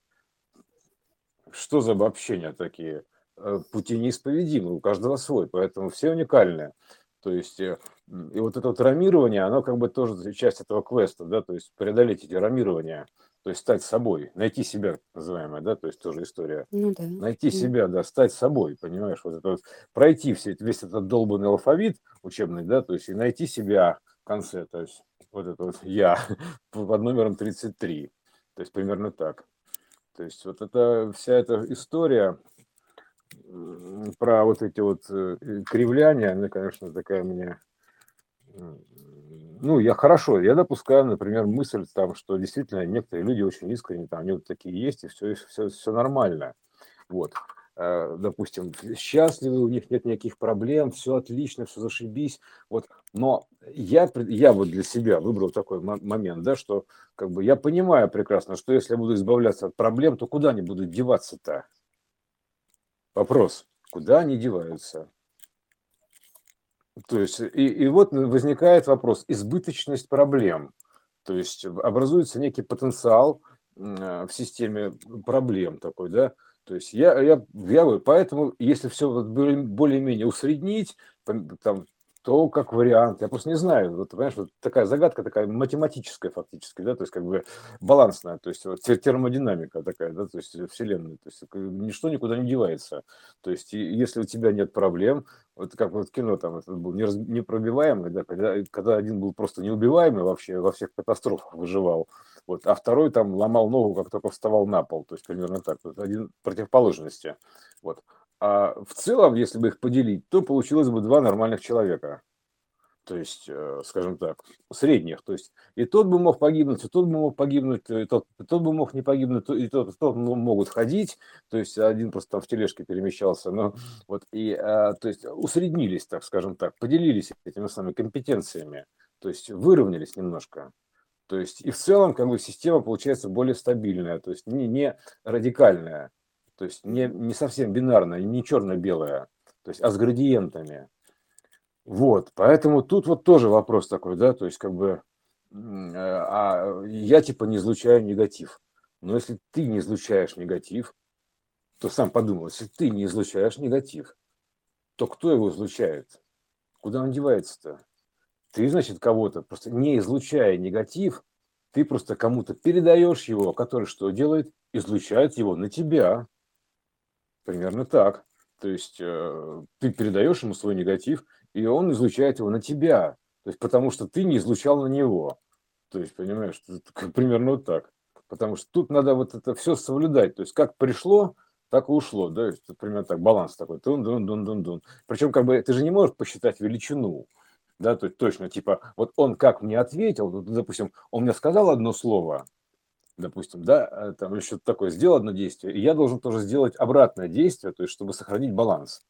A: Что за обобщения такие? Э, Пути неисповедимы, у каждого свой, поэтому все уникальные. То есть, э, м, и вот это вот рамирование, оно как бы тоже часть этого квеста, да, то есть преодолеть эти рамирования, то есть стать собой, найти себя, называемая, да, то есть тоже история.
C: Ну да.
A: Найти
C: М.
A: себя, да, стать собой, понимаешь, вот это вот, пройти все, эти- весь этот долбанный алфавит учебный, да, то есть и найти себя в конце, то есть вот это вот я под номером тридцать три, то есть примерно так. То есть вот эта вся эта история м, про вот эти вот э, э, кривляния, она, конечно, такая мне, м, ну, я хорошо, я допускаю, например, мысль там, что действительно некоторые люди очень искренне, там, они вот такие есть, и все, все, все нормально. Вот. Э, Допустим, счастливы, у них нет никаких проблем, все отлично, все зашибись. Вот. Но я, пред- я вот для себя выбрал такой мо- момент, да, что как бы я понимаю прекрасно, что если я буду избавляться от проблем, то куда они будут деваться-то? Вопрос, куда они деваются? То есть, и, и вот возникает вопрос, избыточность проблем. То есть образуется некий потенциал м, в системе проблем такой, да. То есть я, я, я говорю, поэтому, если все вот более- более-менее усреднить, там, там, то как вариант, я просто не знаю, вот, понимаешь, вот такая загадка, такая математическая фактически, да, то есть как бы балансная, то есть вот те- термодинамика такая, да, то есть Вселенная, то есть э, ничто никуда не девается. То есть и если у тебя нет проблем, вот как вот кино там это был нераз- непробиваемый, да, когда, когда один был просто неубиваемый вообще во всех катастрофах выживал, вот, а второй там ломал ногу, как только вставал на пол, то есть примерно так, вот один противоположности, вот. А в целом, если бы их поделить, то получилось бы два нормальных человека, то есть, э, скажем так, средних, то есть и тот бы мог погибнуть, и тот бы мог погибнуть, и тот, и тот бы мог не погибнуть, и тот, и тот м- могут ходить, то есть один просто там в тележке перемещался, но вот и, а, то есть усреднились, так скажем так, поделились этими самыми компетенциями, то есть выровнялись немножко. То есть и в целом как бы система получается более стабильная, то есть не, не радикальная, то есть не,
C: Мгм.
A: не совсем бинарная, не черно-белая, то есть, а с градиентами. Вот, поэтому тут вот тоже вопрос такой, да, то есть как бы, м, э, а я типа не излучаю негатив. Но если ты не излучаешь негатив, то сам подумал, если ты не излучаешь негатив, то кто его излучает? Куда он девается-то? Ты, значит, кого-то, просто не излучая негатив, ты просто кому-то передаешь его, который что делает? Излучает его на тебя. Примерно так. То есть э, ты передаешь ему свой негатив, и он излучает его на тебя. То есть потому что ты не излучал на него. То есть, понимаешь, это как примерно вот так. Потому что тут надо вот это все соблюдать. То есть как пришло, так и ушло. Да? Это примерно так, баланс такой. Дун, дун, дун, дун, дун. Причем как бы ты же не можешь посчитать величину. Да, то есть точно, типа, вот он как мне ответил, вот, допустим, он мне сказал одно слово, допустим, да, э, там или что-то такое, сделал одно действие, и я должен тоже сделать обратное действие, то есть чтобы сохранить баланс.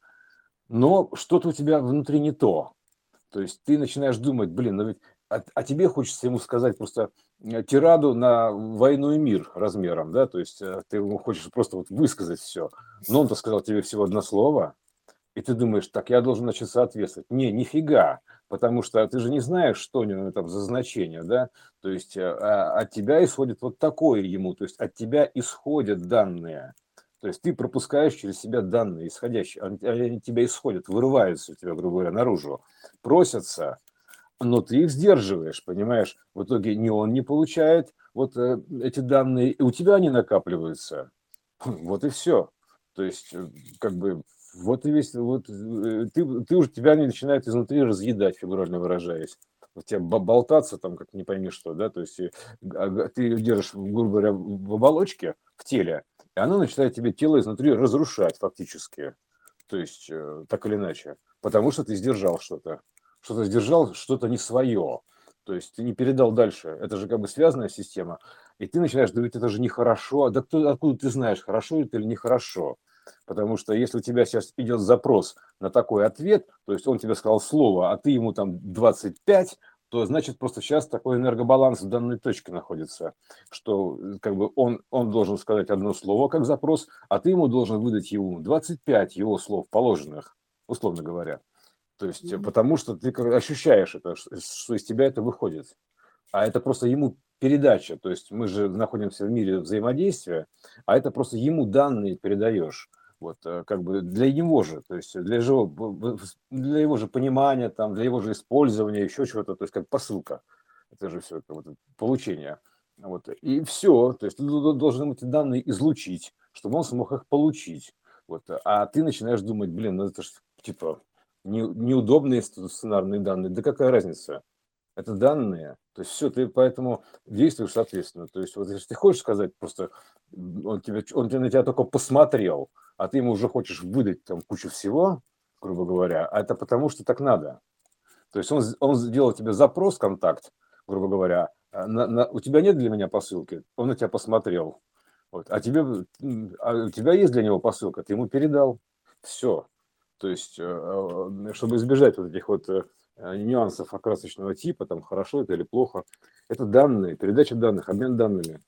A: Но что-то у тебя внутри не то. То есть ты начинаешь думать, блин, ну ведь, а, а тебе хочется ему сказать просто э, тираду на войну и мир размером, да, то есть э, ты ему хочешь просто вот высказать все. Но он-то сказал тебе всего одно слово, и ты думаешь, так я должен, значит, соответствовать. Не, нифига, потому что ты же не знаешь, что у него там за значение, да, то есть э, а от тебя исходит вот такое ему, то есть от тебя исходят данные, то есть ты пропускаешь через себя данные исходящие, они они от тебя исходят, вырываются у тебя, грубо говоря, наружу, просятся, но ты их сдерживаешь, понимаешь, в итоге ни он не получает вот э, эти данные, и у тебя они накапливаются, вот и все. То есть, э, как бы, вот и весь, вот э, ты, ты уже тебя не начинает изнутри разъедать, фигурально выражаясь. У тебя бо- болтаться там, как не пойми что, да, то есть э, г- г- ты ее держишь, грубо говоря, в в оболочке, в теле, и оно начинает тебе тело изнутри разрушать фактически. То есть, э, так или иначе. Потому что ты сдержал что-то. Что-то сдержал, что-то не свое. То есть ты не передал дальше. Это же как бы связанная система. И ты начинаешь говорить, это же нехорошо. Да кто, откуда ты знаешь, хорошо это или нехорошо? Потому что если у тебя сейчас идет запрос на такой ответ, то есть он тебе сказал слово, а ты ему там двадцать пять, то значит просто сейчас такой энергобаланс в данной точке находится, что э, как бы он, он должен сказать одно слово как запрос, а ты ему должен выдать ему двадцать пять его слов положенных, условно говоря. То есть, э,
C: Мгм.
A: потому что ты как ощущаешь это, ш- что из тебя это выходит. А это просто ему передача. То есть мы же находимся в мире взаимодействия, а это просто ему данные передаешь. Вот, э, как бы для него же, то есть для его, б- б- для его же понимания, там, для его же использования, еще чего-то, то есть как посылка. Это же все это вот, получение. Вот. И все. То есть ты д- должен эти данные излучить, чтобы он смог их получить. Вот. А ты начинаешь думать, блин, ну это же типа не- неудобные сценарные данные. Да какая разница? Это данные. То есть все, ты поэтому действуешь соответственно. То есть вот если ты хочешь сказать просто, он, тебе, он тебе на тебя только посмотрел, а ты ему уже хочешь выдать там кучу всего, грубо говоря, а это потому, что так надо. То есть он, он сделал тебе запрос, контакт, грубо говоря, а на- на- у тебя нет для меня посылки, он на тебя посмотрел. Вот, а, тебе, м, а у тебя есть для него посылка, ты ему передал. Все. То есть, э, э, чтобы избежать вот этих вот э, э, нюансов окрасочного типа, там, хорошо это или плохо, это данные, передача данных, обмен данными.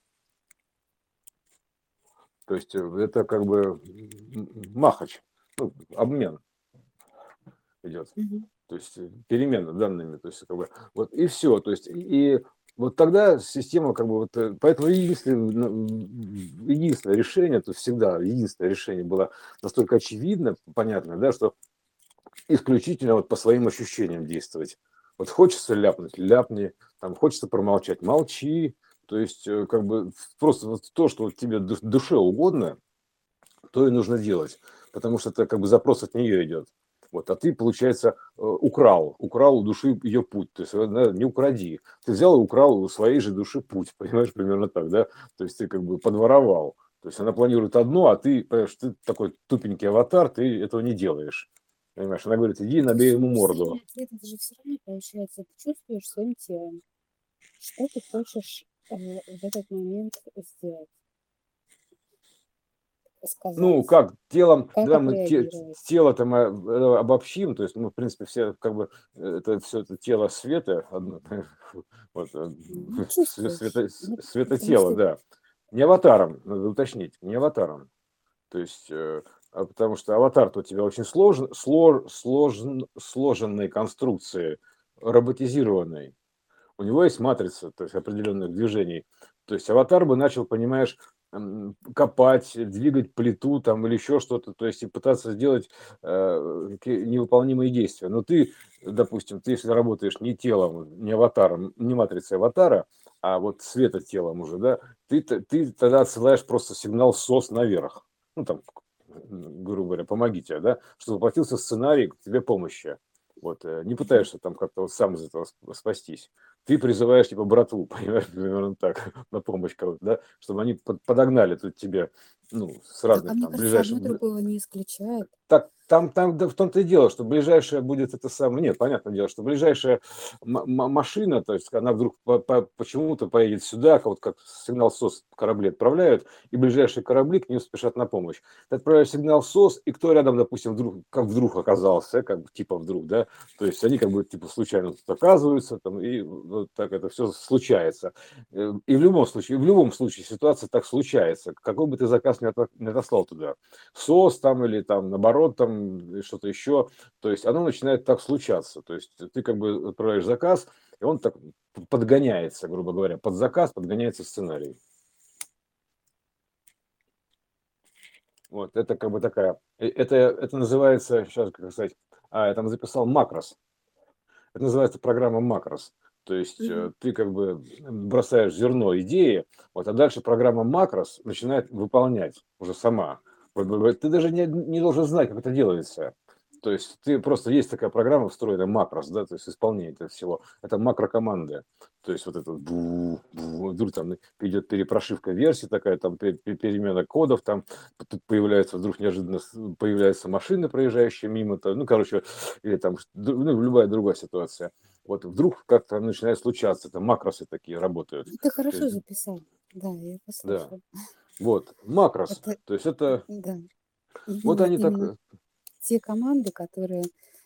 A: То есть, э, это как бы м, махач, ну, обмен идет.
C: Мгм.
A: То есть, э, перемена данными. То есть, как бы, вот и все. То есть, и Вот тогда система как бы вот, э, поэтому единственное, ну, единственное решение, то всегда единственное решение было настолько очевидно, понятно, да, что исключительно вот по своим ощущениям действовать. Вот хочется ляпнуть, ляпни, там хочется промолчать, молчи. То есть э, как бы просто вот то, что вот тебе ду- душе угодно, то и нужно делать, потому что это как бы запрос от нее идет. Вот, а ты, получается, э, украл, украл у души ее путь. То есть, э, да, не укради. Ты взял и украл у своей же души путь, понимаешь, примерно так, да? То есть ты как бы подворовал. То есть она планирует одно, а ты, понимаешь, ты такой тупенький аватар, ты этого не делаешь. Понимаешь, она говорит, иди
C: Это
A: набей
C: же
A: ему
C: не
A: морду.
C: сильный ответ, это же все равно получается, ты чувствуешь своим телом, что ты хочешь э, в этот момент сделать,
A: Ну,
C: сказать,
A: как телом,
C: как
A: да, мы те-
C: отреагировать.
A: тело-то мы э, обобщим, то есть, ну, в принципе, все, как бы, э, это все это тело света, одно, вот, э,
C: Ну,
A: све-
C: чувствуешь,
A: света,
C: ну,
A: света
C: потому
A: тела,
C: что
A: да. Не аватаром, надо уточнить, не аватаром. То есть, э, а потому что аватар-то у тебя очень сложен, слож, сложен, сложенной конструкции, роботизированной. У него есть матрица, то есть определенных движений. То есть аватар бы начал, понимаешь, м, копать, двигать плиту там или еще что-то, то есть и пытаться сделать э, какие- невыполнимые действия. Но ты, допустим, ты если работаешь не телом, не аватаром, не матрицей аватара, а вот светотелом уже, да, ты, т- ты тогда отсылаешь просто сигнал сос наверх. Ну, там, м, грубо говоря, помогите, да, чтобы воплотился сценарий к тебе помощи. Вот, э, не
C: мгм.
A: пытаешься там как-то вот сам из этого сп- спастись. Ты призываешь типа братву, понимаешь, примерно так, на помощь кого-то, да, чтобы они под- подогнали тут тебе, ну, с
C: Так, а
A: разных
C: мне
A: там
C: кажется, одно
A: ближайших.
C: другого не исключает.
A: Так, там, там, да, в том-то и дело, что ближайшая будет это самое, нет, понятное дело, что ближайшая м- м- машина, то есть она вдруг по- по- почему-то поедет сюда, как вот как сигнал сос корабли отправляют, и ближайшие корабли к ним спешат на помощь. Ты отправляешь сигнал сос, и кто рядом, допустим, вдруг, как вдруг оказался, как бы типа вдруг, да, то есть они как бы типа случайно тут оказываются, там, и вот так это все случается. Э, И в любом случае, в любом случае ситуация так случается, какой бы ты заказ не ото- не отослал туда сос там или там наоборот там и что-то еще. То есть оно начинает так случаться. То есть ты как бы отправляешь заказ, и он так подгоняется, грубо говоря, под заказ подгоняется сценарий. Вот это как бы такая, э, это, это называется, сейчас как сказать, а, я там записал макрос. Это называется программа макрос. То есть
C: Мгм.
A: э, ты как бы бросаешь зерно идеи, вот, а дальше программа макрос начинает выполнять уже сама. Вот, вот, вот, Ты даже не, не должен знать, как это делается. То есть ты просто есть такая программа встроенная макрос, да, то есть исполнение этого всего. Это макрокоманды. То есть вот это бу, бу, вдруг там идет перепрошивка версий такая, там пе- пе- перемена кодов, там тут появляется вдруг неожиданно с- появляется машина, проезжающая мимо, то, ну, короче, или там ну, любая другая ситуация. Вот вдруг как-то начинает случаться, там макросы такие работают.
C: Ну, ты
A: То
C: хорошо
A: есть,
C: записал. Да, я
A: да,
C: послушала.
A: вот, макрос.
C: Это,
A: То есть это,
C: да,
A: вот
C: именно,
A: они так,
C: именно те команды, которые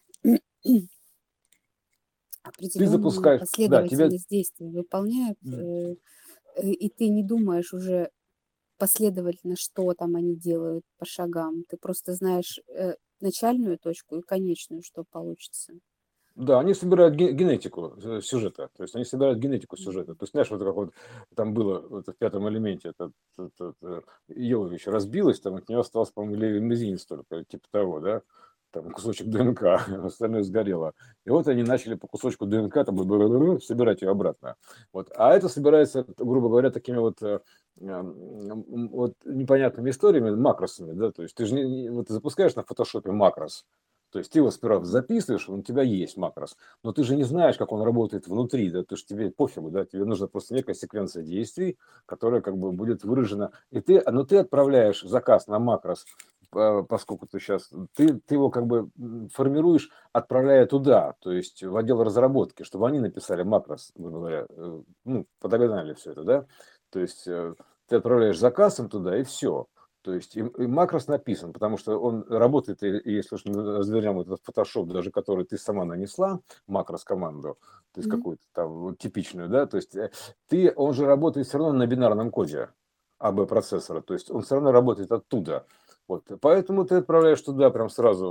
A: ты
C: определенную
A: запускаешь, да, тебе,
C: последовательность действий выполняют, э, э, и ты не думаешь уже последовательно, что там они делают по шагам. Ты просто знаешь э, начальную точку и конечную, что получится.
A: да, они собирают ге- генетику э, сюжета, то есть они собирают генетику сюжета.
C: Мгм.
A: То есть, знаешь, вот как вот там было вот в пятом элементе, это, это, это, Йовович разбилась, там от нее осталось, по-моему, мизинец только, типа того, да, там кусочек ДНК, остальное сгорело. И вот они начали по кусочку ДНК там, бр-бр-бр, собирать ее обратно. Вот. А это собирается, грубо говоря, такими вот, э, м, вот непонятными историями, макросами, да, то есть ты же не, не- вот ты запускаешь на фотошопе макрос, то есть ты его сперва
C: Мгм.
A: записываешь, он у тебя есть макрос, но ты же не знаешь, как он работает внутри, да, ты же тебе пофигу, да, тебе нужна просто некая секвенция действий, которая как бы будет выражена, и ты, но ты отправляешь заказ на макрос, по- поскольку ты сейчас, ты, ты его как бы м, формируешь, отправляя туда, то есть в отдел разработки, чтобы они написали макрос, грубо говоря, э, ну, подогнали все это, да, то есть э, ты отправляешь заказ им туда, и все. То есть и, и макрос написан, потому что он работает, и, и если уж мы развернем этот Photoshop, даже который ты сама нанесла, макрос команду, то есть
C: Мгм.
A: какую-то там вот типичную, да, то есть э, ты, он же работает все равно на бинарном коде А Б процессора, то есть он все равно работает оттуда. Вот, поэтому ты отправляешь туда прям сразу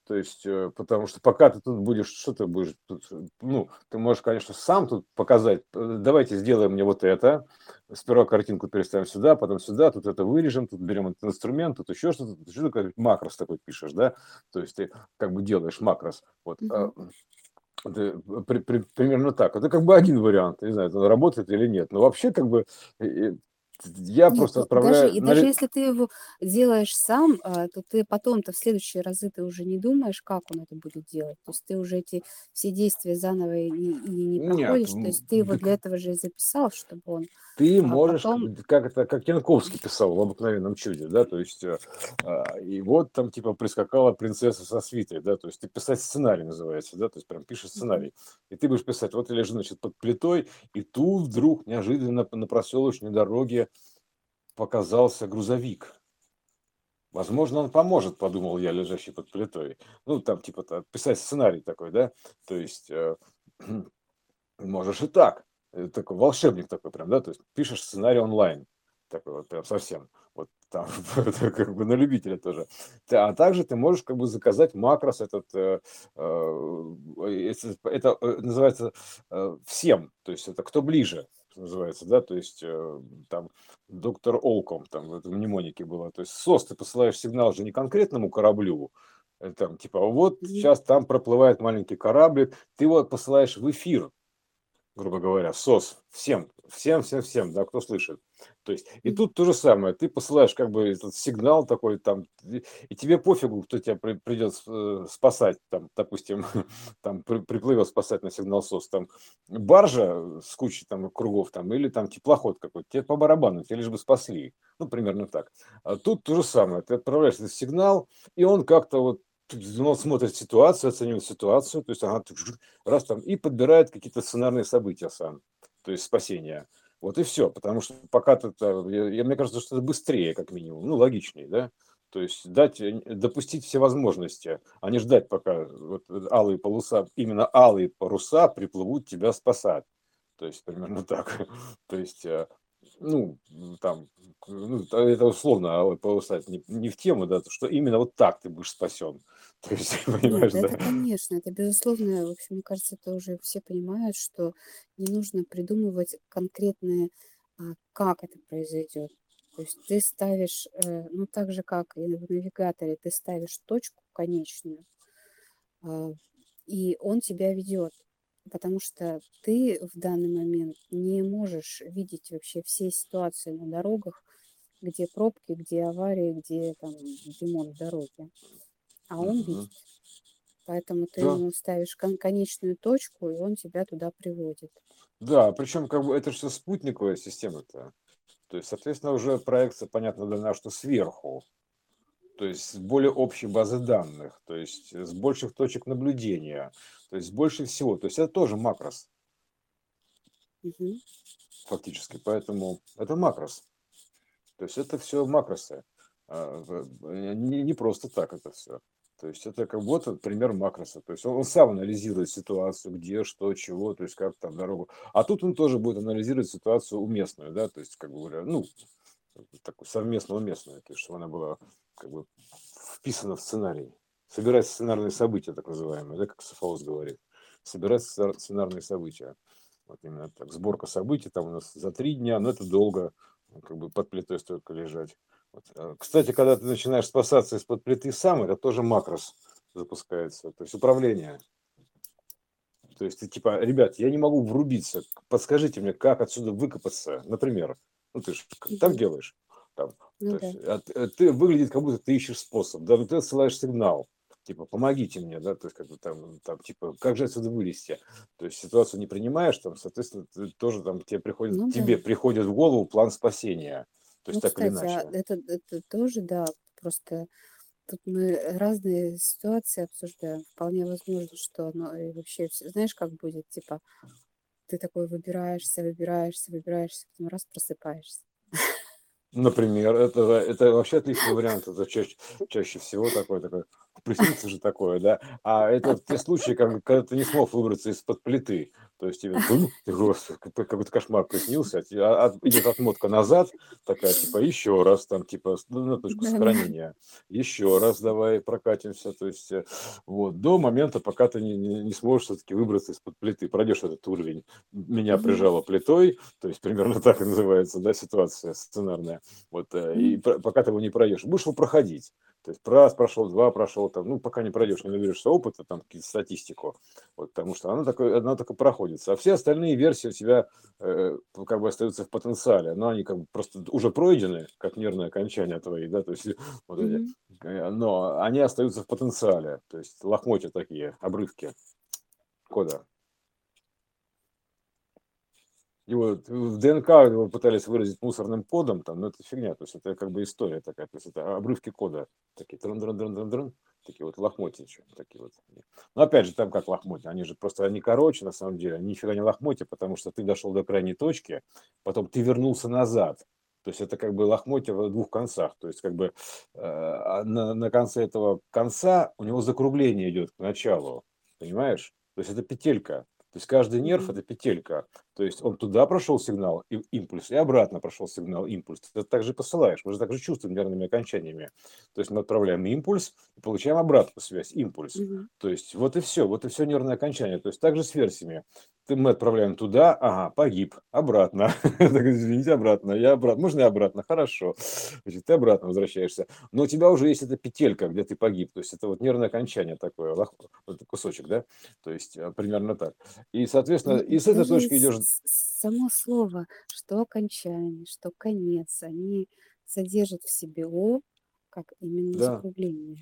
A: То есть, э, потому что пока ты тут будешь, что ты будешь тут, э, ну, ты можешь, конечно, сам тут показать, э, давайте сделаем мне вот это, сперва картинку переставим сюда, потом сюда, тут это вырежем, тут берем этот инструмент, тут еще что-то, тут еще такое, макрос такой пишешь, да, то есть ты как бы делаешь макрос, вот, а,
C: Мгм.
A: это при- при- примерно так. Это как бы один вариант, не знаю, это работает или нет, но вообще как бы э, э, я
C: Нет,
A: просто
C: ну даже
A: отправляю
C: и
A: на,
C: даже
A: ре-
C: если ты его делаешь сам, а, то ты потом-то в следующие разы ты уже не думаешь, как он это будет делать. То есть ты уже эти все действия заново и, и не
A: нет,
C: проходишь. То
A: м,
C: есть ты его
A: так
C: для этого же и записал, чтобы он
A: ты
C: а,
A: можешь, как,
C: потом.
A: как это, как Янковский писал в «Обыкновенном чуде», да, то есть, э, а, и вот там, типа, прискакала принцесса со свитой, да, то есть, ты писать сценарий называется, да, то есть, прям пишешь
C: Мгм.
A: сценарий, и ты будешь писать, вот я лежу, значит, под плитой, и тут вдруг неожиданно на проселочной дороге показался грузовик. Возможно, он поможет, подумал я, лежащий под плитой. Ну, там, типа, та- писать сценарий такой, да, то есть, э, можешь и так. Э, Такой волшебник такой прям, да, то есть пишешь сценарий онлайн. Такой вот прям совсем. Вот там это как бы на любителя тоже. Та- А также ты можешь как бы заказать макрос этот, э, э, это, это, э, называется э, всем, то есть это кто ближе, что называется, да, то есть э, там доктор Олком, там в этом мнемонике было, то есть сос, ты посылаешь сигнал же не конкретному кораблю, э, там типа вот
C: Мгм.
A: сейчас там проплывает маленький кораблик, ты его посылаешь в эфир, грубо говоря, сос всем, всем, всем, всем, да, кто слышит. То есть, и
C: Мгм.
A: тут то же самое, ты посылаешь как бы этот сигнал такой там, и и тебе пофигу, кто тебя при- придет э, спасать, там, допустим, там при- приплывет спасать на сигнал сос, там баржа с кучей там кругов там, или там теплоход какой-то, тебе по барабану, тебе лишь бы спасли, ну, примерно так. А тут то же самое, ты отправляешь этот сигнал, и он как-то вот он смотрит ситуацию, оценивает ситуацию, то есть ага, раз там и подбирает какие-то сценарные события сам, то есть спасения. Вот и все, потому что пока ты, та- я, я- мне кажется, что это быстрее, как минимум, ну, логичнее, да, то есть дать, э, допустить все возможности, а не ждать, пока вот э, алые полоса, именно алые паруса приплывут тебя спасать. То есть примерно так. То есть, э, ну, там, ну, это это условно алые паруса, это не, не в тему, да, что именно вот так ты будешь спасен. То есть,
C: Нет,
A: понимаешь, да?
C: это, конечно, это безусловно, в общем, мне кажется, это уже все понимают, что не нужно придумывать конкретные, а, как это произойдет. То есть ты ставишь, э, ну, так же, как и в навигаторе, ты ставишь точку конечную, а, и он тебя ведет, потому что ты в данный момент не можешь видеть вообще все ситуации на дорогах, где пробки, где аварии, где там ремонт дороги, а он
A: Мгм.
C: видит. Поэтому ты
A: Да,
C: ему ставишь кон конечную точку, и он тебя туда приводит.
A: да, причем как бы это же спутниковая система-то. То есть, соответственно, уже проекция, понятно, дана, что сверху, то есть с более общей базы данных, то есть с больших точек наблюдения, то есть больше всего. То есть это тоже макрос
C: Мгм.
A: фактически, поэтому это макрос. То есть это все макросы. А, в- Не, не просто так это все. То есть это как будто пример макроса. То есть он, он сам анализирует ситуацию, где, что, чего, то есть как там дорогу. А тут он тоже будет анализировать ситуацию уместную, да, то есть, как бы говоря, ну, такую совместно уместную, то есть, чтобы она была как бы вписана в сценарий. Собирать сценарные события, так называемые, да, как Софоус говорит. Собирать сцена- сценарные события. Вот именно так. Сборка событий там у нас за три дня, но это долго, ну, как бы под плитой столько лежать. Вот. А, Кстати, когда ты начинаешь спасаться из-под плиты сам, это тоже макрос запускается, то есть управление. То есть ты типа, ребят, я не могу врубиться, подскажите мне, как отсюда выкопаться, например. Ну ты же так
C: Мгм.
A: делаешь. Там,
C: Ну
A: то
C: да.
A: есть, а т- э, ты выглядит, как будто ты ищешь способ, да, но ты отсылаешь сигнал, типа, помогите мне, да, то есть, как бы там, там, типа, как же отсюда вылезти? То есть ситуацию не принимаешь, там, соответственно, ты тоже там тебе приходит,
C: Ну да.
A: тебе приходит в голову план спасения, то есть
C: Ну,
A: так или
C: кстати, а
A: иначе.
C: это это тоже, да, просто тут мы разные ситуации обсуждаем. Вполне возможно, что оно и вообще всё знаешь, как будет, типа, ты такой выбираешься, выбираешься, выбираешься, потом раз просыпаешься.
A: Например, это, это вообще отличный вариант, это чаще, чаще всего такой, такой. приснится же такое, да. А это вот те случаи, как- когда ты не смог выбраться из-под плиты. То есть тебе бум, ты, господи, какой- какой-то кошмар приснился, а те- а- а идет отмотка назад, такая, типа, еще раз, там, типа, с- ну, на точку
C: Да, да.
A: сохранения, еще раз давай прокатимся, то есть, э, вот, до момента, пока ты не, не- не сможешь все-таки выбраться из-под плиты, пройдешь этот уровень. Меня
C: Мгм.
A: прижало плитой, то есть примерно так и называется, да, ситуация сценарная, вот, э, и
C: Мгм.
A: про- пока ты его не пройдешь, будешь его проходить. То есть раз прошел, два прошел, там, ну, пока не пройдешь, не наберешься опыта, там, какие-то статистику, вот, потому что она, такой, она только проходится. А все остальные версии у тебя э, как бы остаются в потенциале, но они как бы просто уже пройдены, как нервные окончания твои, да, то есть вот эти,
C: Мгм.
A: э, но они остаются в потенциале, то есть лохмотья такие, обрывки кода. Его в ДНК его пытались выразить мусорным кодом, там, но это фигня, то есть это как бы история такая, то есть это обрывки кода, такие трын дрын дрын дрын дрын, такие вот лохмотья, чё, такие вот. Но опять же, там как лохмотья, они же просто, они короче на самом деле, они нифига не лохмотья, потому что ты дошел до крайней точки, потом ты вернулся назад. То есть это как бы лохмотья в двух концах. То есть как бы э, а на, на конце этого конца у него закругление идет к началу. Понимаешь? То есть это петелька. То есть каждый нерв
C: Мгм.
A: это петелька. То есть он туда прошел сигнал, и импульс, и обратно прошел сигнал, импульс. Ты это также посылаешь. Мы же также чувствуем нервными окончаниями. То есть мы отправляем импульс и получаем обратную связь, импульс.
C: Мгм.
A: То есть вот и все, вот и все нервное окончание. То есть также с версиями. Ты- Мы отправляем туда, ага, погиб, обратно. Так, извините, обратно. Я обратно. Можно я обратно? Хорошо. Значит, ты обратно возвращаешься. Но у тебя уже есть эта петелька, где ты погиб. То есть это вот нервное окончание такое, лох- вот кусочек, да? То есть э, примерно так. И, соответственно,
C: Ну,
A: и с этой
C: даже
A: точки
C: с-
A: идешь.
C: с- само слово, что окончание, что конец, они содержат в себе о, как именно
A: Да,
C: закругление,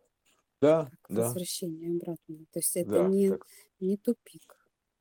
A: да,
C: как
A: да,
C: возвращение обратно. То есть это
A: да.
C: не,
A: Так.
C: не тупик.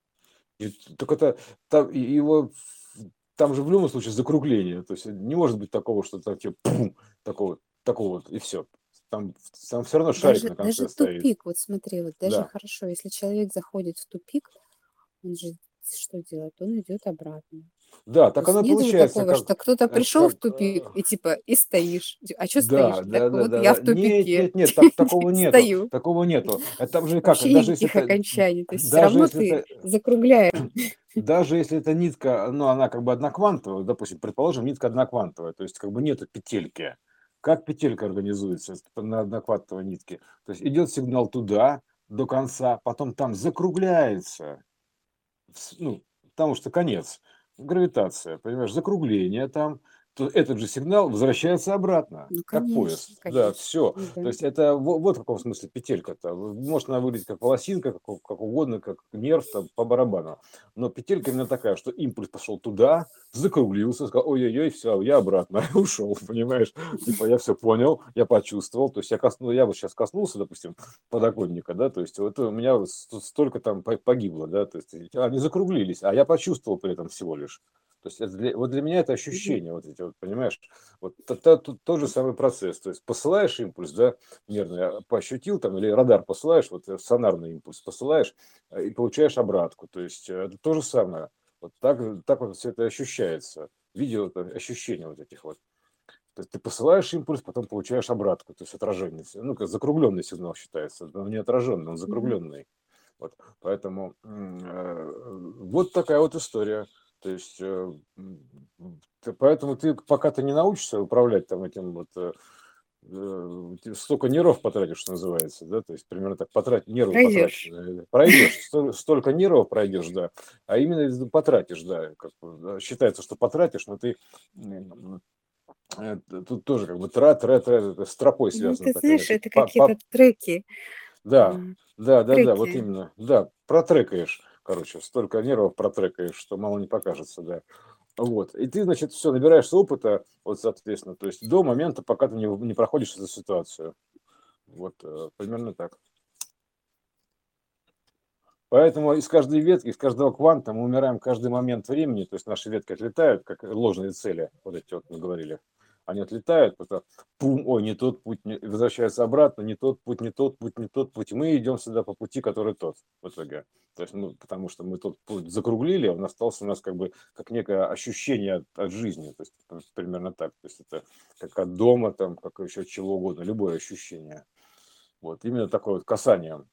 A: И т- только это там и- его в- там же в любом случае закругление. То есть не может быть такого, что там типа пум, такого, такого вот и все. Там, там все равно шарик
C: Даже,
A: на конце
C: даже
A: стоит.
C: тупик, вот смотри, вот даже
A: Да,
C: хорошо, если человек заходит в тупик, он же что делает? Он идет обратно.
A: да,
C: То
A: так
C: есть
A: оно и
C: нет же
A: получается,
C: такого,
A: как,
C: что кто-то
A: э,
C: пришел в
A: как,
C: тупик
A: э,
C: и типа и стоишь. А что стоишь?
A: да,
C: Так
A: да, да,
C: вот
A: да,
C: я
A: да.
C: в
A: Нет,
C: тупике
A: нет, нет, так, такого нету,
C: стою.
A: такого нету. А там же как,
C: Вообще
A: даже если
C: никаких
A: это,
C: окончаний. То есть все
A: даже
C: равно
A: если
C: ты
A: это,
C: закругляешь.
A: даже если эта нитка, ну, она как бы одноквантовая, допустим, предположим, нитка одноквантовая, то есть как бы нету петельки. Как петелька организуется на одноквантовой нитке? То есть идет сигнал туда, до конца, потом там закругляется, вс- ну, потому что конец, гравитация, понимаешь, закругление там, то этот же сигнал возвращается обратно,
C: Ну,
A: как
C: конечно,
A: поезд. Да,
C: конечно.
A: все.
C: Ну
A: То
C: да.
A: есть это во- вот в каком смысле петелька-то. В- Может она выглядеть как волосинка, как, у- как угодно, как нерв там, по барабану. Но петелька именно такая, что импульс пошел туда, закруглился, сказал, ой-ой-ой, все, я обратно ушел, понимаешь? Типа я все понял, я почувствовал. То есть я, косну, я вот сейчас коснулся, допустим, подоконника, да, то есть вот у меня вот с- столько там по- погибло, да, то есть они закруглились, а я почувствовал при этом всего лишь. То есть это для, вот для меня это
C: Мгм.
A: ощущение, вот эти вот, понимаешь, вот то- то- то- тот же самый процесс, то есть посылаешь импульс, да, нервный, а, поощутил там, или радар посылаешь, вот э, сонарный импульс посылаешь э, и получаешь обратку, то есть э, это то же самое, вот так, так вот все это ощущается, видео это ощущения вот этих вот. То есть ты посылаешь импульс, потом получаешь обратку, то есть отраженный, си- ну, как закругленный сигнал считается, но не отраженный, он
C: Мгм.
A: закругленный. Вот. Поэтому м, э, вот такая вот история. То есть, э, м, ты- поэтому ты, пока ты не научишься управлять там этим вот, э, э, ты столько нервов потратишь, что называется, да, то есть примерно так, потратить, нервы потратишь,
C: Пройдешь.
A: э, пройдешь, сто- столько нервов пройдешь, да, а именно потратишь, да, как бы, да, считается, что потратишь, но ты м, э, тут тоже как бы трат, трат, трат, это с тропой
C: Ну,
A: связано
C: ты
A: такая,
C: знаешь,
A: значит,
C: это
A: по,
C: какие-то
A: по-
C: треки. а,
A: да, да, да, да, вот
C: Треки.
A: именно, да, протрекаешь, короче, столько нервов протрекаешь, что мало не покажется, да. Вот, и ты, значит, все, набираешься опыта, вот, соответственно, то есть до момента, пока ты не, не проходишь эту ситуацию. Вот, э, примерно так. Поэтому из каждой ветки, из каждого кванта мы умираем каждый момент времени, то есть наши ветки отлетают, как ложные цели, вот эти вот мы говорили. Они отлетают, потом пум, ой, не тот путь, не, возвращаются обратно, не тот путь, не тот путь, не тот путь. И мы идем сюда по пути, который тот в итоге. То есть, ну, потому что мы тот путь закруглили, он остался у нас как бы как некое ощущение от, от жизни. То есть п- примерно так. То есть это как от дома, там, как еще от чего угодно, любое ощущение. Вот именно такое вот касанием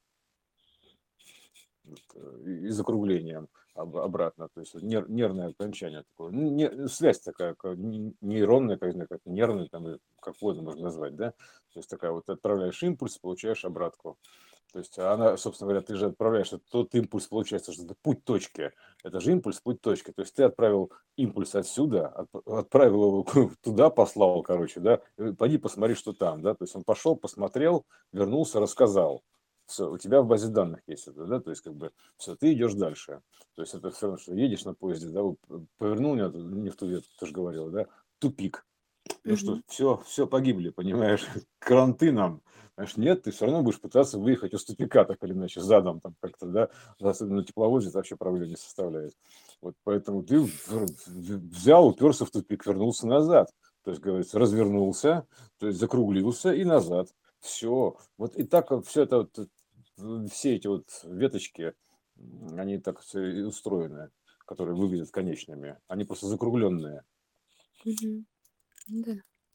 A: вот, э, и и закруглением об- обратно, то есть вот нер- нервное окончание такое, ну, не- связь такая, как н- нейронная, как, не знаю, как нервная, там, или как угодно можно назвать, да, то есть такая вот отправляешь импульс, получаешь обратку. То есть она, собственно говоря, ты же отправляешь это- тот импульс, получается, что это путь точки. Это же импульс, путь точки. То есть ты отправил импульс отсюда, отп- отправил его туда, послал, короче, да, и пойди посмотри, что там, да. То есть он пошел, посмотрел, вернулся, рассказал. Все, у тебя в базе данных есть это, да, то есть как бы все, ты идешь дальше. То есть это все равно, что едешь на поезде, да, вот, п- повернул не, не в ту ветку, ты же говорил, да, тупик. Ну что,
C: Мгм.
A: все, все погибли, понимаешь, кранты нам. Знаешь, нет, ты все равно будешь пытаться выехать из тупика, так или иначе, задом там как-то, да, особенно на тепловозе это вообще проблем не составляет. Вот поэтому ты в- в- взял, уперся в тупик, вернулся назад. То есть, говорится, развернулся, то есть закруглился и назад. Все. Вот и так все это, вот, э, все эти вот веточки, м, они так все и устроены, которые выглядят конечными. Они просто закругленные.
C: Мгм. Да.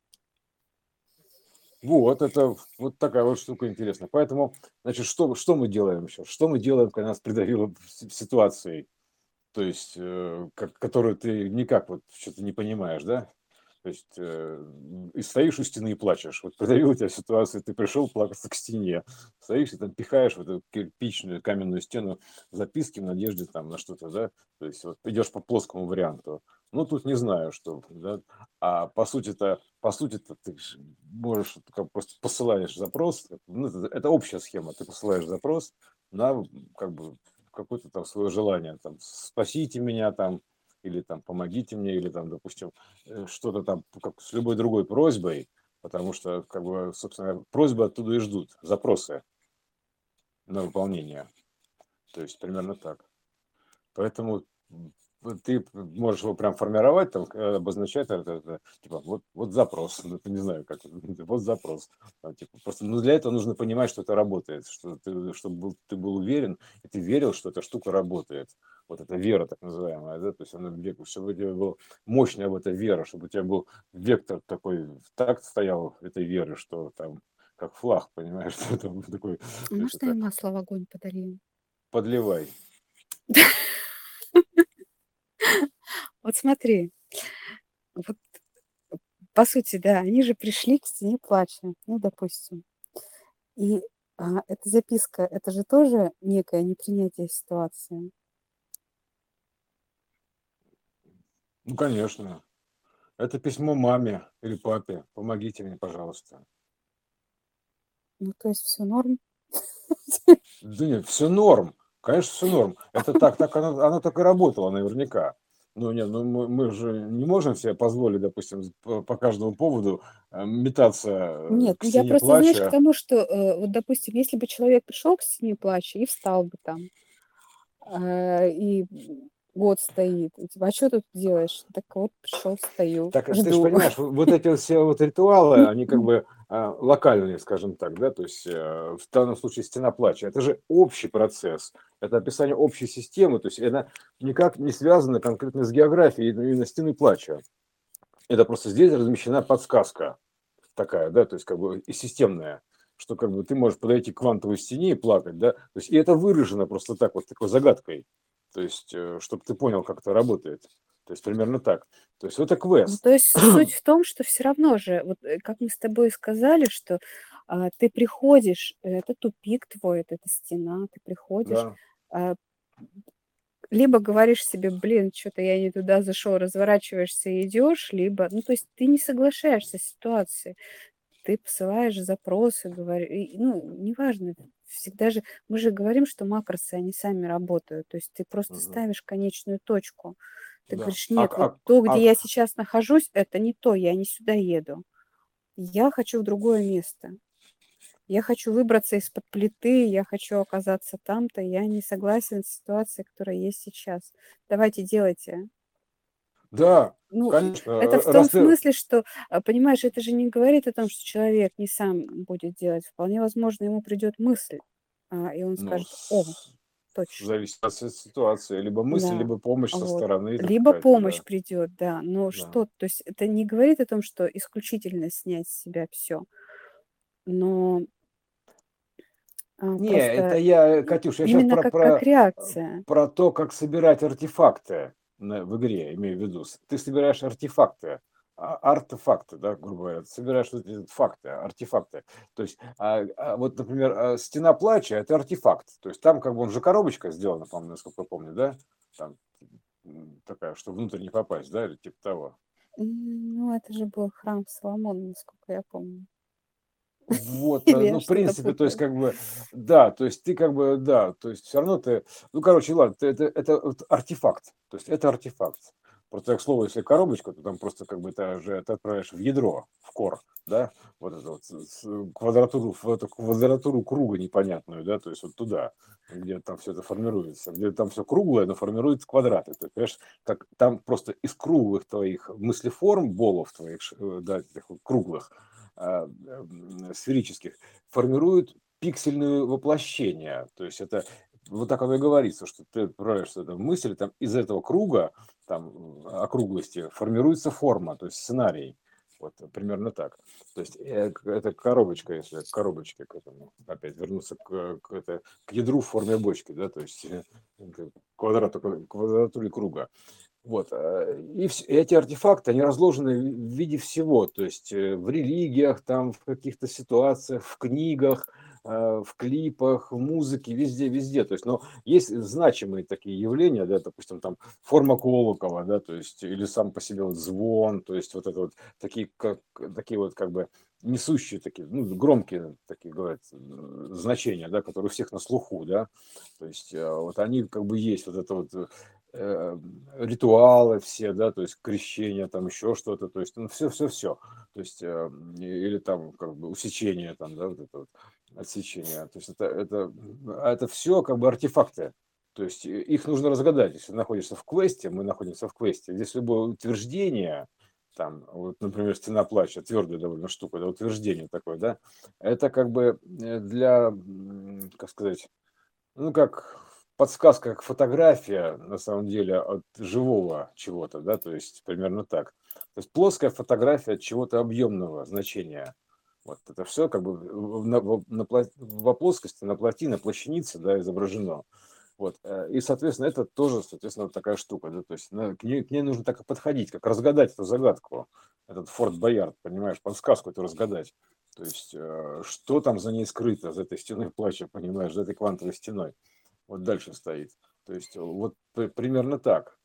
A: Вот, это вот такая вот штука интересная. Поэтому, значит, что, что мы делаем сейчас? Что мы делаем, когда нас придавило с- ситуацией, то есть, э, как, которую ты никак вот что-то не понимаешь, да? То есть, э, и стоишь у стены и плачешь. Вот придавила тебя ситуация, ты пришел плакаться к стене. Стоишь и там пихаешь в эту кирпичную каменную стену записки в надежде там на что-то, да? То есть, вот идешь по плоскому варианту. Ну, тут не знаю, что, да? А по сути-то, по сути-то ты ж можешь как просто посылаешь запрос, ну, это, это общая схема, ты посылаешь запрос на как бы какое-то там свое желание, там, спасите меня там, или там помогите мне, или там, допустим, э, что-то там как с любой другой просьбой, потому что, как бы, собственно, просьбы оттуда и ждут, запросы на выполнение. То есть примерно так. Поэтому м, вот ты можешь его прям формировать, там, э, обозначать, это, это, типа, вот, вот запрос, ну, это не знаю, как, это, вот запрос. Там, типа, просто, ну, для этого нужно понимать, что это работает, что ты, чтобы был, ты был уверен, и ты верил, что эта штука работает. Вот эта вера, так называемая, да, то есть она, век- чтобы у тебя была мощная в эта вера, чтобы у тебя был вектор такой, в такт стоял этой веры, что там, как флаг, понимаешь, что там такой,
C: А
A: то есть
C: можно я
A: это
C: масло в огонь подолью?
A: подливай.
C: Вот смотри, вот по сути, да, они же пришли к стене плача, ну, допустим. И а, эта записка, это же тоже некое непринятие ситуации.
A: Ну, конечно. Это письмо маме или папе. Помогите мне, пожалуйста.
C: Ну, то есть все норм.
A: Да нет, все норм. Конечно, все норм. Это так, так оно, оно так и работало наверняка. Ну, нет, ну мы, мы же не можем себе позволить, допустим, по, по каждому поводу э, метаться э,
C: Нет,
A: к
C: ну я
A: стене
C: просто, знаешь, к
A: плача.
C: тому, что, э, вот, допустим, если бы человек пришел к стене плача и встал бы там, а, и год стоит, и типа, а что тут делаешь? Так вот, пришел, стою,
A: Так, э, ты же
C: жду.
A: понимаешь, вот вот эти вот все вот ритуалы, они как бы а, локальные, скажем так, да, то есть э, в данном случае стена плача, это же общий процесс, это описание общей системы, то есть это никак не связано конкретно с географией именно стены плача. Это просто здесь размещена подсказка такая, да, то есть как бы и системная, что как бы ты можешь подойти к квантовой стене и плакать, да, то есть и это выражено просто так вот такой загадкой, то есть чтобы ты понял, как это работает, то есть примерно так, то есть это
C: Ну,
A: квест.
C: то есть суть в том, что все равно же, вот, э, как мы с тобой сказали, что, а, ты приходишь, э, это тупик твой, это эта стена, ты приходишь,
A: Да.
C: а, либо говоришь себе: "Блин, что то я не туда зашел", разворачиваешься и идешь, либо, ну, то есть ты не соглашаешься с ситуацией. Ты посылаешь запросы, говори и, ну, неважно, всегда же мы же говорим, что макросы, они сами работают. То есть ты просто
A: Мгм.
C: ставишь конечную точку. Ты
A: Да.
C: говоришь:
A: А,
C: "Нет, вот
A: а,
C: то, где
A: а,
C: я сейчас нахожусь, это не то, я не сюда еду. Я хочу в другое место. Я хочу выбраться из-под плиты, я хочу оказаться там-то, я не согласен с ситуацией, которая есть сейчас. Давайте делайте".
A: да,
C: Ну,
A: конечно,
C: это в
A: э,
C: том
A: раз ты...
C: смысле, что, а, понимаешь, это же не говорит о том, что человек не сам будет делать. Вполне возможно, ему придет мысль, а, и он
A: Ну,
C: скажет: "О,
A: с-
C: точно".
A: зависит от си- ситуации, либо мысль,
C: Да,
A: либо помощь со
C: вот.
A: стороны там
C: Либо
A: какая-то,
C: помощь
A: да,
C: придет, да, но
A: да.
C: что, то есть это не говорит о том, что исключительно снять с себя все, но А,
A: Не, это
C: просто
A: я, Катюш, я сейчас
C: именно
A: про,
C: как,
A: про,
C: как реакция.
A: про то, как собирать артефакты на- в игре, имею в виду. С- Ты собираешь артефакты, а- артефакты, да, грубо говоря. Ты собираешь вот эти факты, артефакты. То есть, а, а вот, например, а, стена плача– это артефакт. То есть там как бы он же коробочка сделана, по-моему, насколько я помню, да? Там м, такая, чтобы внутрь не попасть, да, или типа того.
C: М, Ну, это же был храм Соломона, насколько я помню.
A: Вот, э,
C: Или я
A: ну, в
C: что-то
A: принципе, то есть,
C: путаю?
A: как бы, да, то есть ты как бы, да, то есть все равно ты, ну, короче, ладно, ты- это, это вот артефакт, то есть это артефакт. Просто, к слову, если коробочка, то там просто как бы ты же это отправляешь в ядро, в кор, да, вот это вот с- с- квадратуру, в эту квадратуру круга непонятную, да, то есть вот туда, где там все это формируется, где там все круглое, но формируется квадраты. То есть, понимаешь, как там просто из круглых твоих мыслеформ, болов твоих, ш- э, да, этих вот круглых, а, м, сферических, формируют пиксельное воплощение. То есть это вот так оно и говорится, что ты отправляешь эту мысль, там из этого круга, там, округлости, формируется форма, то есть сценарий. Вот примерно так. То есть э, к- это коробочка, если к коробочке, к этому, опять вернуться к, к, это, к ядру в форме бочки, да, то есть э, к квадрату, квадратуре круга. Вот. э, И вс- эти артефакты, они разложены в виде всего, то есть э, в религиях, там, в каких-то ситуациях, в книгах, э, в клипах, в музыке, везде, везде. То есть, но есть значимые такие явления, да, допустим, там форма колокола, да, то есть, или сам по себе вот звон, то есть вот это вот такие, как, такие вот как бы несущие такие, ну, громкие такие, говорят, э, значения, да, которые у всех на слуху, да, то есть э, вот они как бы есть, вот это вот э, э, ритуалы все, да, то есть крещение, там еще что-то, то есть, ну, все-все-все, то есть, э, или там как бы усечение, там, да, вот это вот отсечение, то есть это, это, а это все как бы артефакты, то есть э, их нужно разгадать, если ты находишься в квесте, мы находимся в квесте, здесь любое утверждение, там, вот, например, стена плача, твердая довольно штука, да, утверждение такое, да, это как бы э, для, м, как сказать, ну, как подсказка, как фотография, на самом деле, от живого чего-то, да, то есть примерно так. То есть плоская фотография от чего-то объемного значения. Вот это все как бы в- на, во- на пла- во плоскости, на плотине, на плащанице, да, изображено. Вот. э, И, соответственно, это тоже, соответственно, вот такая штука. Да? То есть на- к, ней, к ней нужно так и подходить, как разгадать эту загадку, этот Форт Боярд, понимаешь, подсказку эту разгадать. То есть, э, что там за ней скрыто, за этой стеной плача, понимаешь, за этой квантовой стеной. Вот дальше стоит. То есть, э, вот при- примерно так.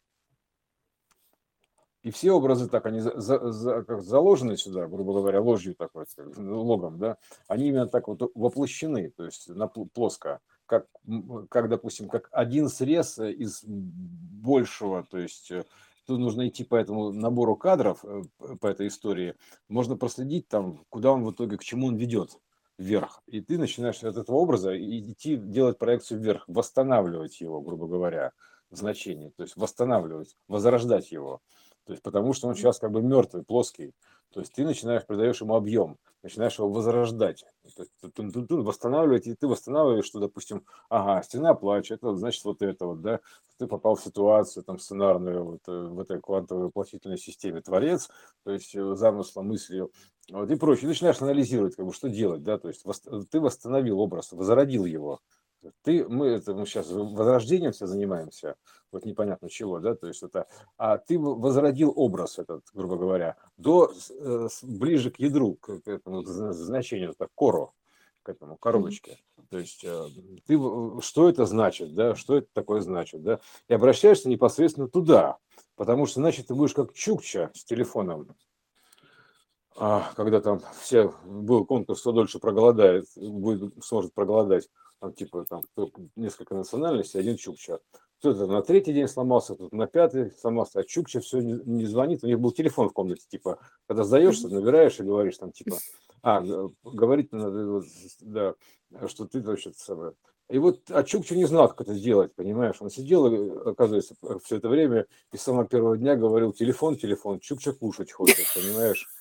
A: И все образы так, они за- за- за- как заложены сюда, грубо говоря, ложью такой, как, ну, логом, да, они именно так вот воплощены, то есть на пл- плоско, как, м, как, допустим, как один срез э, из большего, то есть э, тут нужно идти по этому набору кадров, э, п- по этой истории, можно проследить там, куда он в итоге, к чему он ведет вверх. И ты начинаешь от этого образа и- идти делать проекцию вверх, восстанавливать его, грубо говоря, значение, то есть восстанавливать, возрождать его. То есть потому что он сейчас как бы мертвый, плоский. То есть ты начинаешь, придаешь ему объем, начинаешь его возрождать. То есть ты- ты- ты- ты восстанавливать, и ты восстанавливаешь, что, допустим, ага, стена плача, это вот значит вот это вот, да, ты попал в ситуацию там сценарную вот, э, в этой квантовой воплотительной системе творец, то есть э, замыслом, мыслью, вот, и прочее. И начинаешь анализировать, как бы, что делать, да, то есть вос- ты восстановил образ, возродил его. Ты, мы, это, мы сейчас возрождением все занимаемся, вот непонятно чего, да, то есть это, а ты в- возродил образ этот, грубо говоря, до, с- э, с- ближе к ядру, к, к этому зна- значению, так, кору, к этому
C: Мгм.
A: коробочке. То есть э, ты, в- что это значит, да, что это такое значит, да, и обращаешься непосредственно туда, потому что иначе ты будешь как Чукча с телефоном, а, когда там все, был конкурс, кто дольше проголодает, будет, сможет проголодать, там типа там кто- несколько национальностей, один Чукча. Кто-то на третий день сломался, кто-то на пятый сломался, а Чукча все не, не звонит, у них был телефон в комнате, типа, когда сдаешься,
C: Мгм.
A: набираешь и говоришь там, типа, а, г- говорить надо, вот, да, что ты, значит, самое. И вот, а Чукча не знал, как это сделать, понимаешь? Он сидел, и, оказывается, все это время и с самого первого дня говорил, телефон, телефон, Чукча кушать хочет, понимаешь?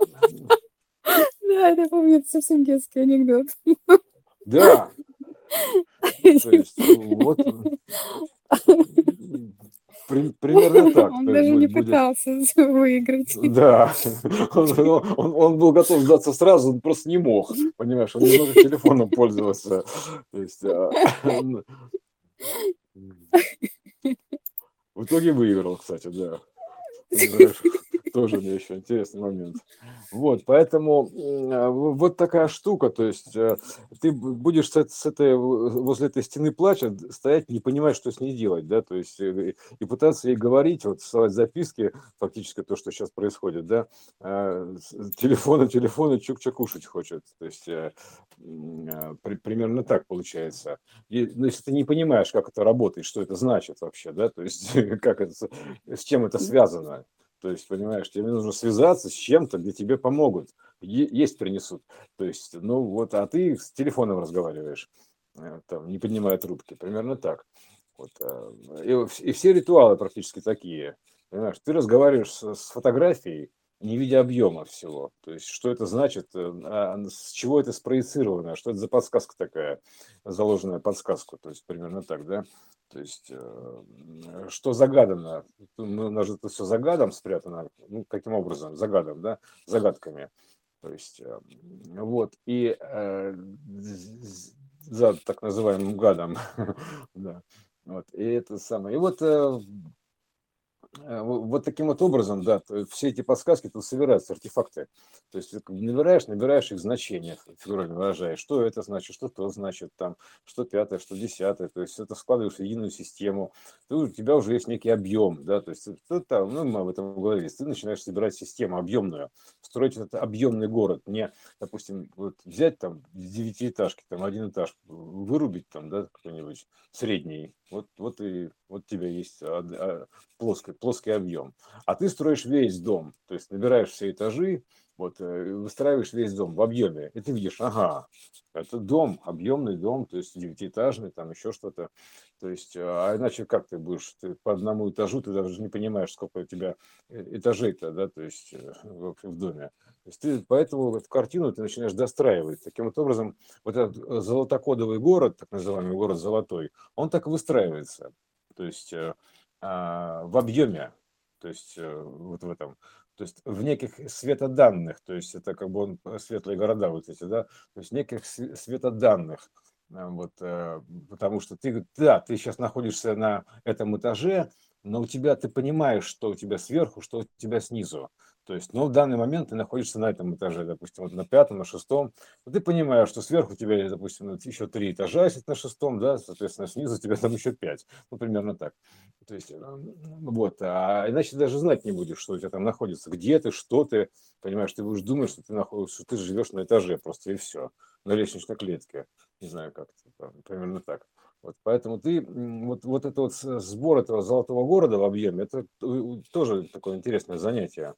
C: Да, это помню, это совсем детский анекдот.
A: Да, то есть вот, При- примерно так,
C: Он
A: то есть
C: даже не
A: будет, будет,
C: пытался выиграть.
A: да, он, он, он был готов сдаться сразу, он просто не мог, понимаешь, он не может телефоном пользоваться, то есть, а, в итоге выиграл, кстати, да. Понимаешь, тоже мне еще интересный момент. Вот, поэтому м, а, в- вот такая штука, то есть э, ты б- будешь с, эт- с этой, в- возле этой стены плача д- стоять, не понимать, что с ней делать, да, то есть э, и пытаться ей говорить, вот ссылать записки, фактически то, что сейчас происходит, да, а, с- телефона, телефона, чук-чук кушать хочет, то есть э, м, а, при- примерно так получается. И, ну, если ты не понимаешь, как это работает, что это значит вообще, да, то есть как это, с с чем это связано, то есть, понимаешь, тебе нужно связаться с чем-то, где тебе помогут, е- есть принесут. То есть, ну вот, а ты с телефоном разговариваешь, э, там, не поднимая трубки, примерно так. Вот, а, и, в- и все ритуалы практически такие. Понимаешь, ты разговариваешь с, с фотографией, не видя объема всего. То есть, что это значит, э, а с чего это спроецировано, что это за подсказка такая, заложенная подсказку. То есть, примерно так, да? То есть, э, что загадано, ну, у нас же это все загадом спрятано, ну, каким образом, загадом, да, загадками. То есть, э, вот, и э, за так называемым гадом, да, вот, и это самое. И вот э, Э, во- вот таким вот образом, да, то все эти подсказки тут собираются, артефакты. То есть ты как бы набираешь, набираешь их значения, фигурально выражаешь, что это значит, что то значит, там, что пятое, что десятое. То есть это складываешь в единую систему. Ты, у тебя уже есть некий объем, да, то есть ты там, ну, мы об этом говорили, ты начинаешь собирать систему объемную, строить этот объемный город, не, допустим, вот взять там девятиэтажки, там один этаж вырубить там, да, какой-нибудь средний, вот, вот и вот у тебя есть а, а, плоский, плоский объем. А ты строишь весь дом, то есть набираешь все этажи, вот, э, выстраиваешь весь дом в объеме, и ты видишь, ага, это дом, объемный дом, то есть девятиэтажный, там еще что-то. То есть, а иначе как ты будешь, ты по одному этажу, ты даже не понимаешь, сколько у тебя э, этажей-то, да, то есть э, в общем, в доме. То есть ты поэтому вот в картину ты начинаешь достраивать. Таким вот образом, вот этот э, золотокодовый город, так называемый город золотой, он так и выстраивается. То есть э, а, в объеме, то есть э, вот в этом, то есть в неких светоданных, то есть это как бы он э, светлые города вот эти, да, то есть неких св- светоданных, а, вот, э, потому что ты, да, ты сейчас находишься на этом этаже, но у тебя, ты понимаешь, что у тебя сверху, что у тебя снизу. То есть, но в данный момент ты находишься на этом этаже, допустим, вот на пятом, на шестом, но ты понимаешь, что сверху у тебя, допустим, вот еще три этажа, если на шестом, да, соответственно, снизу у тебя там еще пять, ну, примерно так. То есть, э, вот, а иначе ты даже знать не будешь, что у тебя там находится, где ты, что ты, понимаешь, ты будешь думать, что ты находишься, что ты живешь на этаже просто и все, на лестничной клетке, не знаю как, там, примерно так. Вот, поэтому ты, м, вот, вот это вот с- сбор этого золотого города в объеме, это т- тоже такое интересное занятие.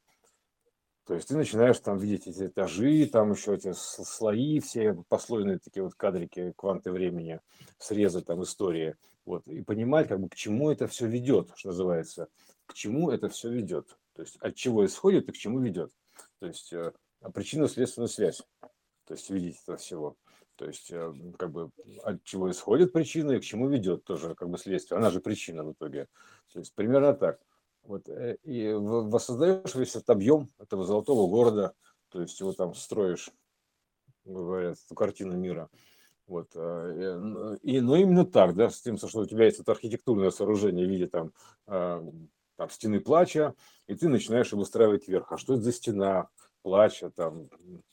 A: То есть ты начинаешь там видеть эти этажи, там еще эти с- слои все, послойные такие вот кадрики, кванты времени, срезы там истории. Вот, и понимать, как бы, к чему это все ведет, что называется, к чему это все ведет. То есть от чего исходит и к чему ведет. То есть э, причинно-следственную связь. То есть видеть это всего. То есть э, как бы от чего исходит причина и к чему ведет тоже как бы следствие. Она же причина в итоге. То есть примерно так. Вот, э, и в- воссоздаешь весь этот объем этого золотого города, то есть его там строишь, грубо говоря, эту картину мира. Вот, э, и, ну, именно так, да, с тем, что у тебя есть это архитектурное сооружение в виде там, э, там стены плача, и ты начинаешь выстраивать вверх. А что это за стена плача там?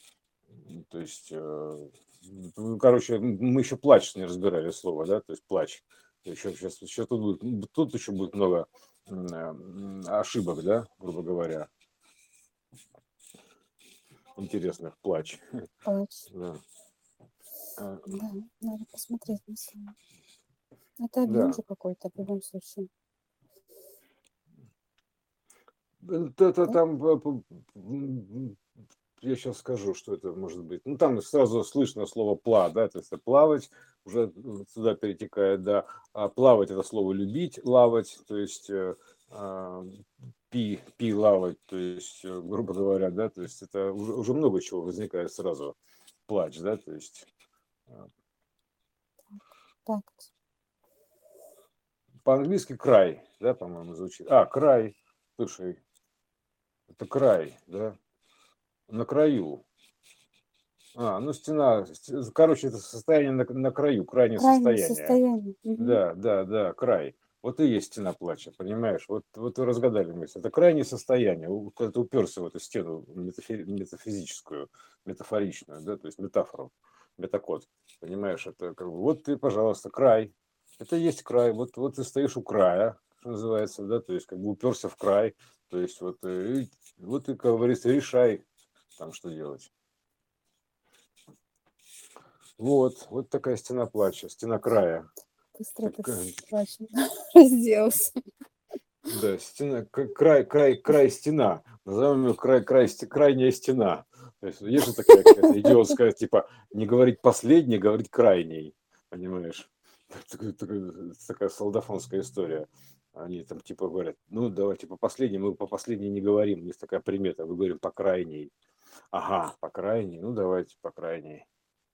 A: м, То есть, э, ну, короче, м, мы еще плач не разбирали слово, да, то есть плач. Еще сейчас, еще тут будет, тут еще будет много м, э, м, ошибок, да, грубо говоря, интересных, плач.
C: Плач.
A: Да. А,
C: Да, надо посмотреть на самом. Это объем
A: да.
C: же какой-то в любом случае,
A: Это
C: да?
A: там, э, п- м, я сейчас скажу, что это может быть. Ну, там сразу слышно слово «пла», да, то есть это плавать, уже э, сюда перетекает, да. А плавать – это слово «любить», лавать, то есть э, а, пи, пи, лавать, то есть, э, грубо говоря, да, то есть это уже, уже много чего возникает сразу. Плач, да, то есть, э,
C: Так,
A: по-английски край, да, по-моему, звучит. А, край, слушай, это край, да, на краю. А, ну стена, ст- короче, это состояние на, на краю, крайнее
C: Крайнее
A: состояние.
C: состояние. Мгм.
A: Да, да, да, край. Вот и есть стена плача, понимаешь? Вот, вот вы разгадали мысль. Это крайнее состояние. У- Когда ты уперся в эту стену метафи- метафизическую, метафоричную, да, то есть метафору, метакод. Понимаешь, это как бы, вот ты, пожалуйста, край. Это и есть край. Вот, вот ты стоишь у края, что называется, да, то есть как бы уперся в край. То есть вот, э, и, вот ты, как говорится, решай там, что делать. Вот, вот такая стена плача, стена края.
C: Быстро ты
A: Такая,
C: с плачем разделался.
A: да, стена, к- край, край, край стена. Назовем ее край, край, сте- крайняя стена. То есть есть же такая какая-то идиотская, типа, не говорить последний, говорить крайний. Понимаешь? Такая, такая- такая солдафонская история. Они там типа говорят, ну давайте по последней, мы по последней не говорим. Есть такая примета, мы говорим по крайней. Ага, по крайней, ну давайте по крайней.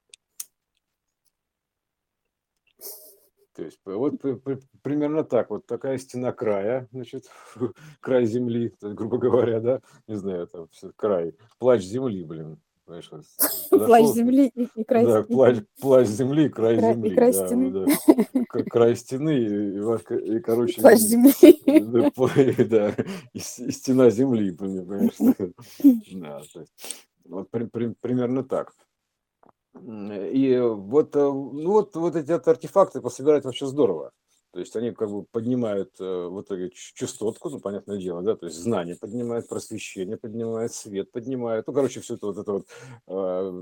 A: То есть вот при- при- примерно так, вот такая стена края, значит, край земли, то есть, грубо говоря, да, не знаю, там всё, край, плач земли, блин, знаешь, вот
C: Плач
A: подошел,
C: земли и, и край,
A: да,
C: с- и,
A: плач,
C: и-
A: плач земли,
C: и
A: край
C: край, и
A: земли,
C: край
A: да, вот,
C: стены.
A: да, К- край стены, и, и вот, и,
C: И
A: короче,
C: плач
A: и,
C: земли.
A: да, пла- да, и, с- и стена земли, понимаешь, да, то есть, вот при- при- примерно так. М, И вот, э, ну вот, вот эти вот артефакты пособирать вообще здорово. То есть они как бы поднимают э, в итоге ч- частотку, ну, понятное дело, да, то есть знание поднимает, просвещение поднимает, свет поднимает, ну, короче, все это вот это вот э,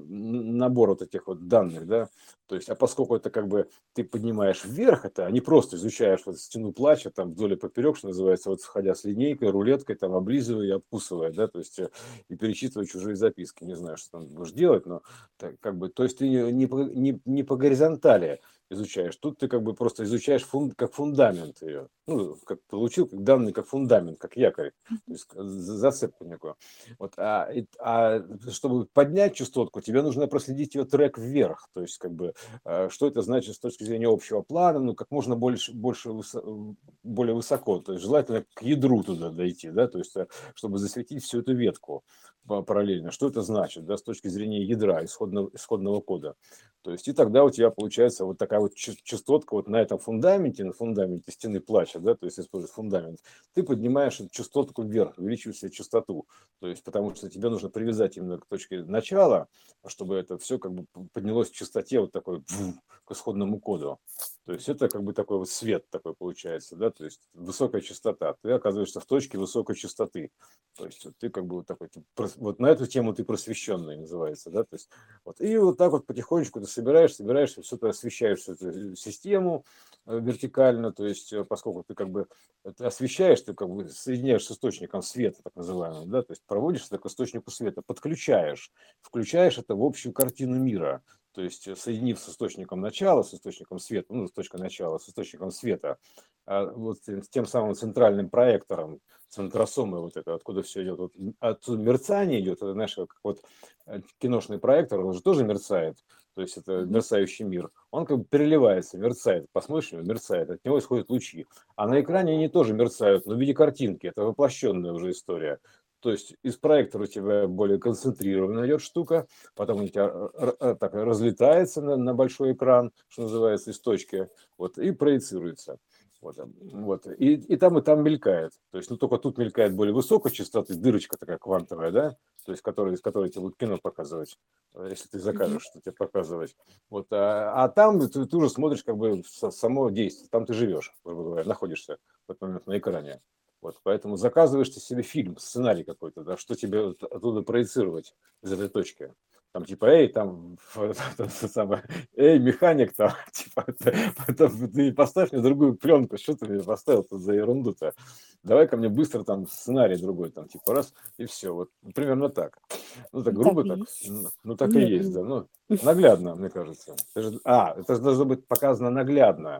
A: н- набор вот этих вот данных, да, то есть, а поскольку это как бы ты поднимаешь вверх это, а не просто изучаешь вот стену плача, там вдоль и поперек, что называется, вот сходя с линейкой, рулеткой, там облизывая и обкусывая, да, то есть э, и перечитывая чужие записки, не знаю, что там будешь делать, но так, как бы, то есть ты не, не, по, не, не по горизонтали изучаешь, тут ты как бы просто изучаешь фун, как фундамент ее, ну, как получил как данные, как фундамент, как якорь, то есть за- зацепку некую. Вот, а, и- а чтобы поднять частотку, тебе нужно проследить ее трек вверх, то есть как бы, э, что это значит с точки зрения общего плана, ну, как можно больше, больше высо- более высоко, то есть желательно к ядру туда дойти, да, то есть э, чтобы засветить всю эту ветку па- параллельно. Что это значит, да, с точки зрения ядра, исходного, исходного кода. То есть и тогда у тебя получается вот такая вот ча- частотка вот на этом фундаменте, на фундаменте стены плача, да, то есть используя фундамент, ты поднимаешь эту частотку вверх, увеличиваешь себе частоту. То есть потому что тебе нужно привязать именно к точке начала, чтобы это все как бы поднялось в частоте вот такой к исходному коду. То есть это как бы такой вот свет такой получается, да, то есть высокая частота. Ты оказываешься в точке высокой частоты. То есть вот ты как бы вот такой, ты прос- вот на эту тему ты просвещенный называется, да, то есть вот и вот так вот потихонечку ты собираешь, собираешь, все ты освещаешь всю эту систему э, вертикально, то есть э, поскольку ты как бы это освещаешь, ты как бы соединяешь с источником света, так называемым, да, то есть проводишь это к источнику света, подключаешь, включаешь это в общую картину мира, то есть э, соединив с источником начала, с источником света, ну, с точкой начала, с источником света, а, вот тем, тем самым центральным проектором, центросомы вот это, откуда все идет, вот, отсюда мерцание идет, это, знаешь, как вот э, киношный проектор, он же тоже мерцает, то есть это
C: Мгм.
A: мерцающий мир, он как бы переливается, мерцает, посмотришь, мерцает, от него исходят лучи, а на экране они тоже мерцают, но в виде картинки, это воплощенная уже история. То есть из проектора у тебя более концентрированная идет штука, потом у тебя р- р- так разлетается на, на большой экран, что называется, из точки, вот, и проецируется. Вот, там, вот. И, и там, и там мелькает. То есть, ну, только тут мелькает более высокой частоты, дырочка такая квантовая, да, то есть, которая, из которой тебе будут кино показывать, э, если ты
C: Мгм.
A: закажешь, что тебе показывать. Вот, а, а там ты, ты уже смотришь как бы со- само действие, там ты живешь, грубо говоря, находишься в этот момент на экране. Вот, поэтому заказываешь ты себе фильм, сценарий какой-то, да, что тебе вот оттуда проецировать из этой точки. Там типа, эй, там, самое, эй, механик, там, типа, потом ты поставь мне другую пленку, что ты мне поставил тут за ерунду-то? Давай ко мне быстро там сценарий другой, там, типа, раз, и все. Вот примерно так. Ну, так
C: Ну, так
A: грубо
C: и
A: так,
C: есть.
A: ну, ну, так и
C: Нет,
A: есть,
C: ну,
A: да, ну, наглядно, мне кажется. Это же- а, это же должно быть показано наглядно.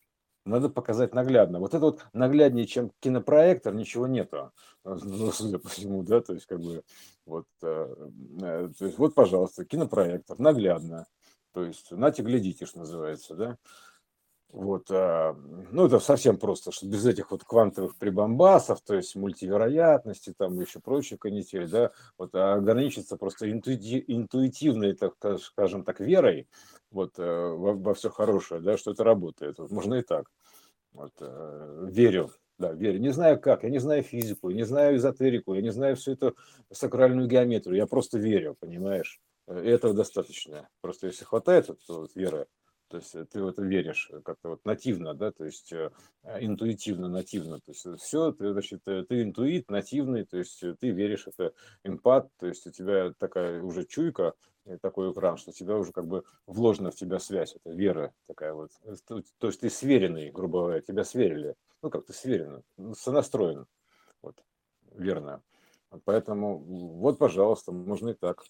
A: Надо показать наглядно. Вот это вот нагляднее, чем кинопроектор, ничего нету. Ну, судя по всему, да, то есть, как бы, вот, э, э, то есть, вот, пожалуйста, кинопроектор, наглядно. То есть, нате, глядите, что называется, да. Вот, а, ну, это совсем просто, что без этих вот квантовых прибамбасов, то есть мультивероятности, там еще прочие канители, да, вот, а ограничиться просто интуити- интуитивной, так ска- скажем так, верой вот, э, во, во все хорошее, да, что это работает. Вот можно и так. Вот, э, верю, да, верю. Не знаю как, я не знаю физику, я не знаю эзотерику, я не знаю всю эту сакральную геометрию, я просто верю, понимаешь? Э, И этого достаточно. Просто если хватает вот, вот веры, то есть э, ты в это веришь э, как-то вот нативно, да, то есть э, э, интуитивно, нативно, то есть все, ты, значит, э, ты интуит, нативный, то есть э, ты веришь, это эмпат, то есть у тебя такая уже чуйка, э, такой экран, что тебя уже как бы вложена в тебя связь, это вера такая вот. Э, То, то есть ты сверенный, грубо говоря, тебя сверили. Ну, как ты сверен, ну, сонастроен. Вот, верно. Вот поэтому вот, пожалуйста, можно и так,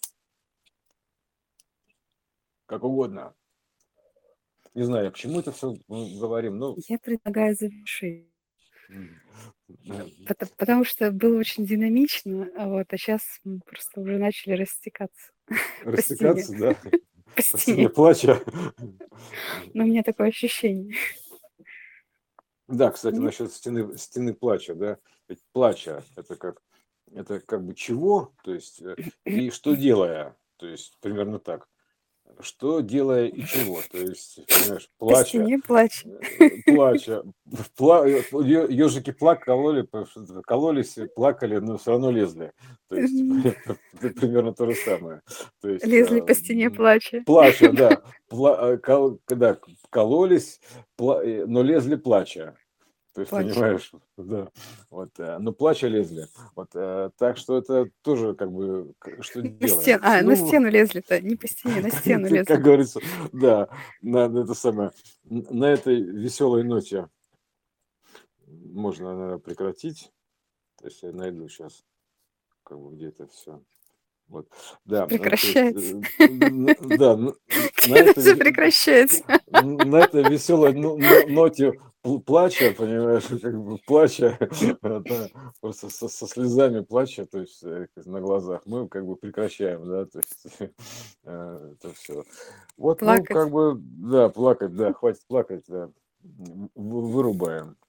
A: как угодно. Не знаю, к чему это все говорим, ну,
C: Я предлагаю завершить,
A: м, э,
C: пото- потому что было очень динамично, а вот, а сейчас мы просто уже начали растекаться по стене,
A: растекаться, да,
C: по
A: по стене
C: стене.
A: плача.
C: Но у меня такое ощущение.
A: Да, кстати,
C: Нет?
A: насчет стены, стены плача, да, ведь плача, это как, это как бы чего, то есть, э, и что делая, то есть, примерно так. Что, делая и чего. То есть, понимаешь,
C: По
A: плача,
C: стене плачь.
A: э, плача, пла- ежики плакали, кололись, плакали, но все равно лезли. То есть, это примерно то же самое. То есть,
C: Лезли
A: э,
C: по стене
A: м,
C: плача.
A: плача, да, пла- э, кол- да, кололись, пла- э, но лезли плача. То есть,
C: Плача.
A: понимаешь, да, вот, э, ну, плача лезли, вот, э, так что это тоже как бы, к- что
C: На
A: делаем.
C: стену. А, на
A: Ну,
C: стену лезли-то. Не по стене, на стену
A: ты, как
C: лезли.
A: говорится, да, на, на это самое, н- на этой веселой ноте можно, наверное, прекратить. То есть я найду сейчас, как бы где-то все. Вот, да, э, то есть,
C: Прекращается.
A: э, н- да, н- на
C: Теперь
A: этой,
C: все
A: ве-
C: прекращается.
A: на этой веселой но- но- ноте пл- плача, понимаешь, как бы плача, да, просто со, со слезами плача, то есть э, на глазах, мы как бы прекращаем, да, то есть э, это все. Вот, ну,
C: Плакать.
A: как бы, да, плакать, да, хватит плакать, да, в- вырубаем.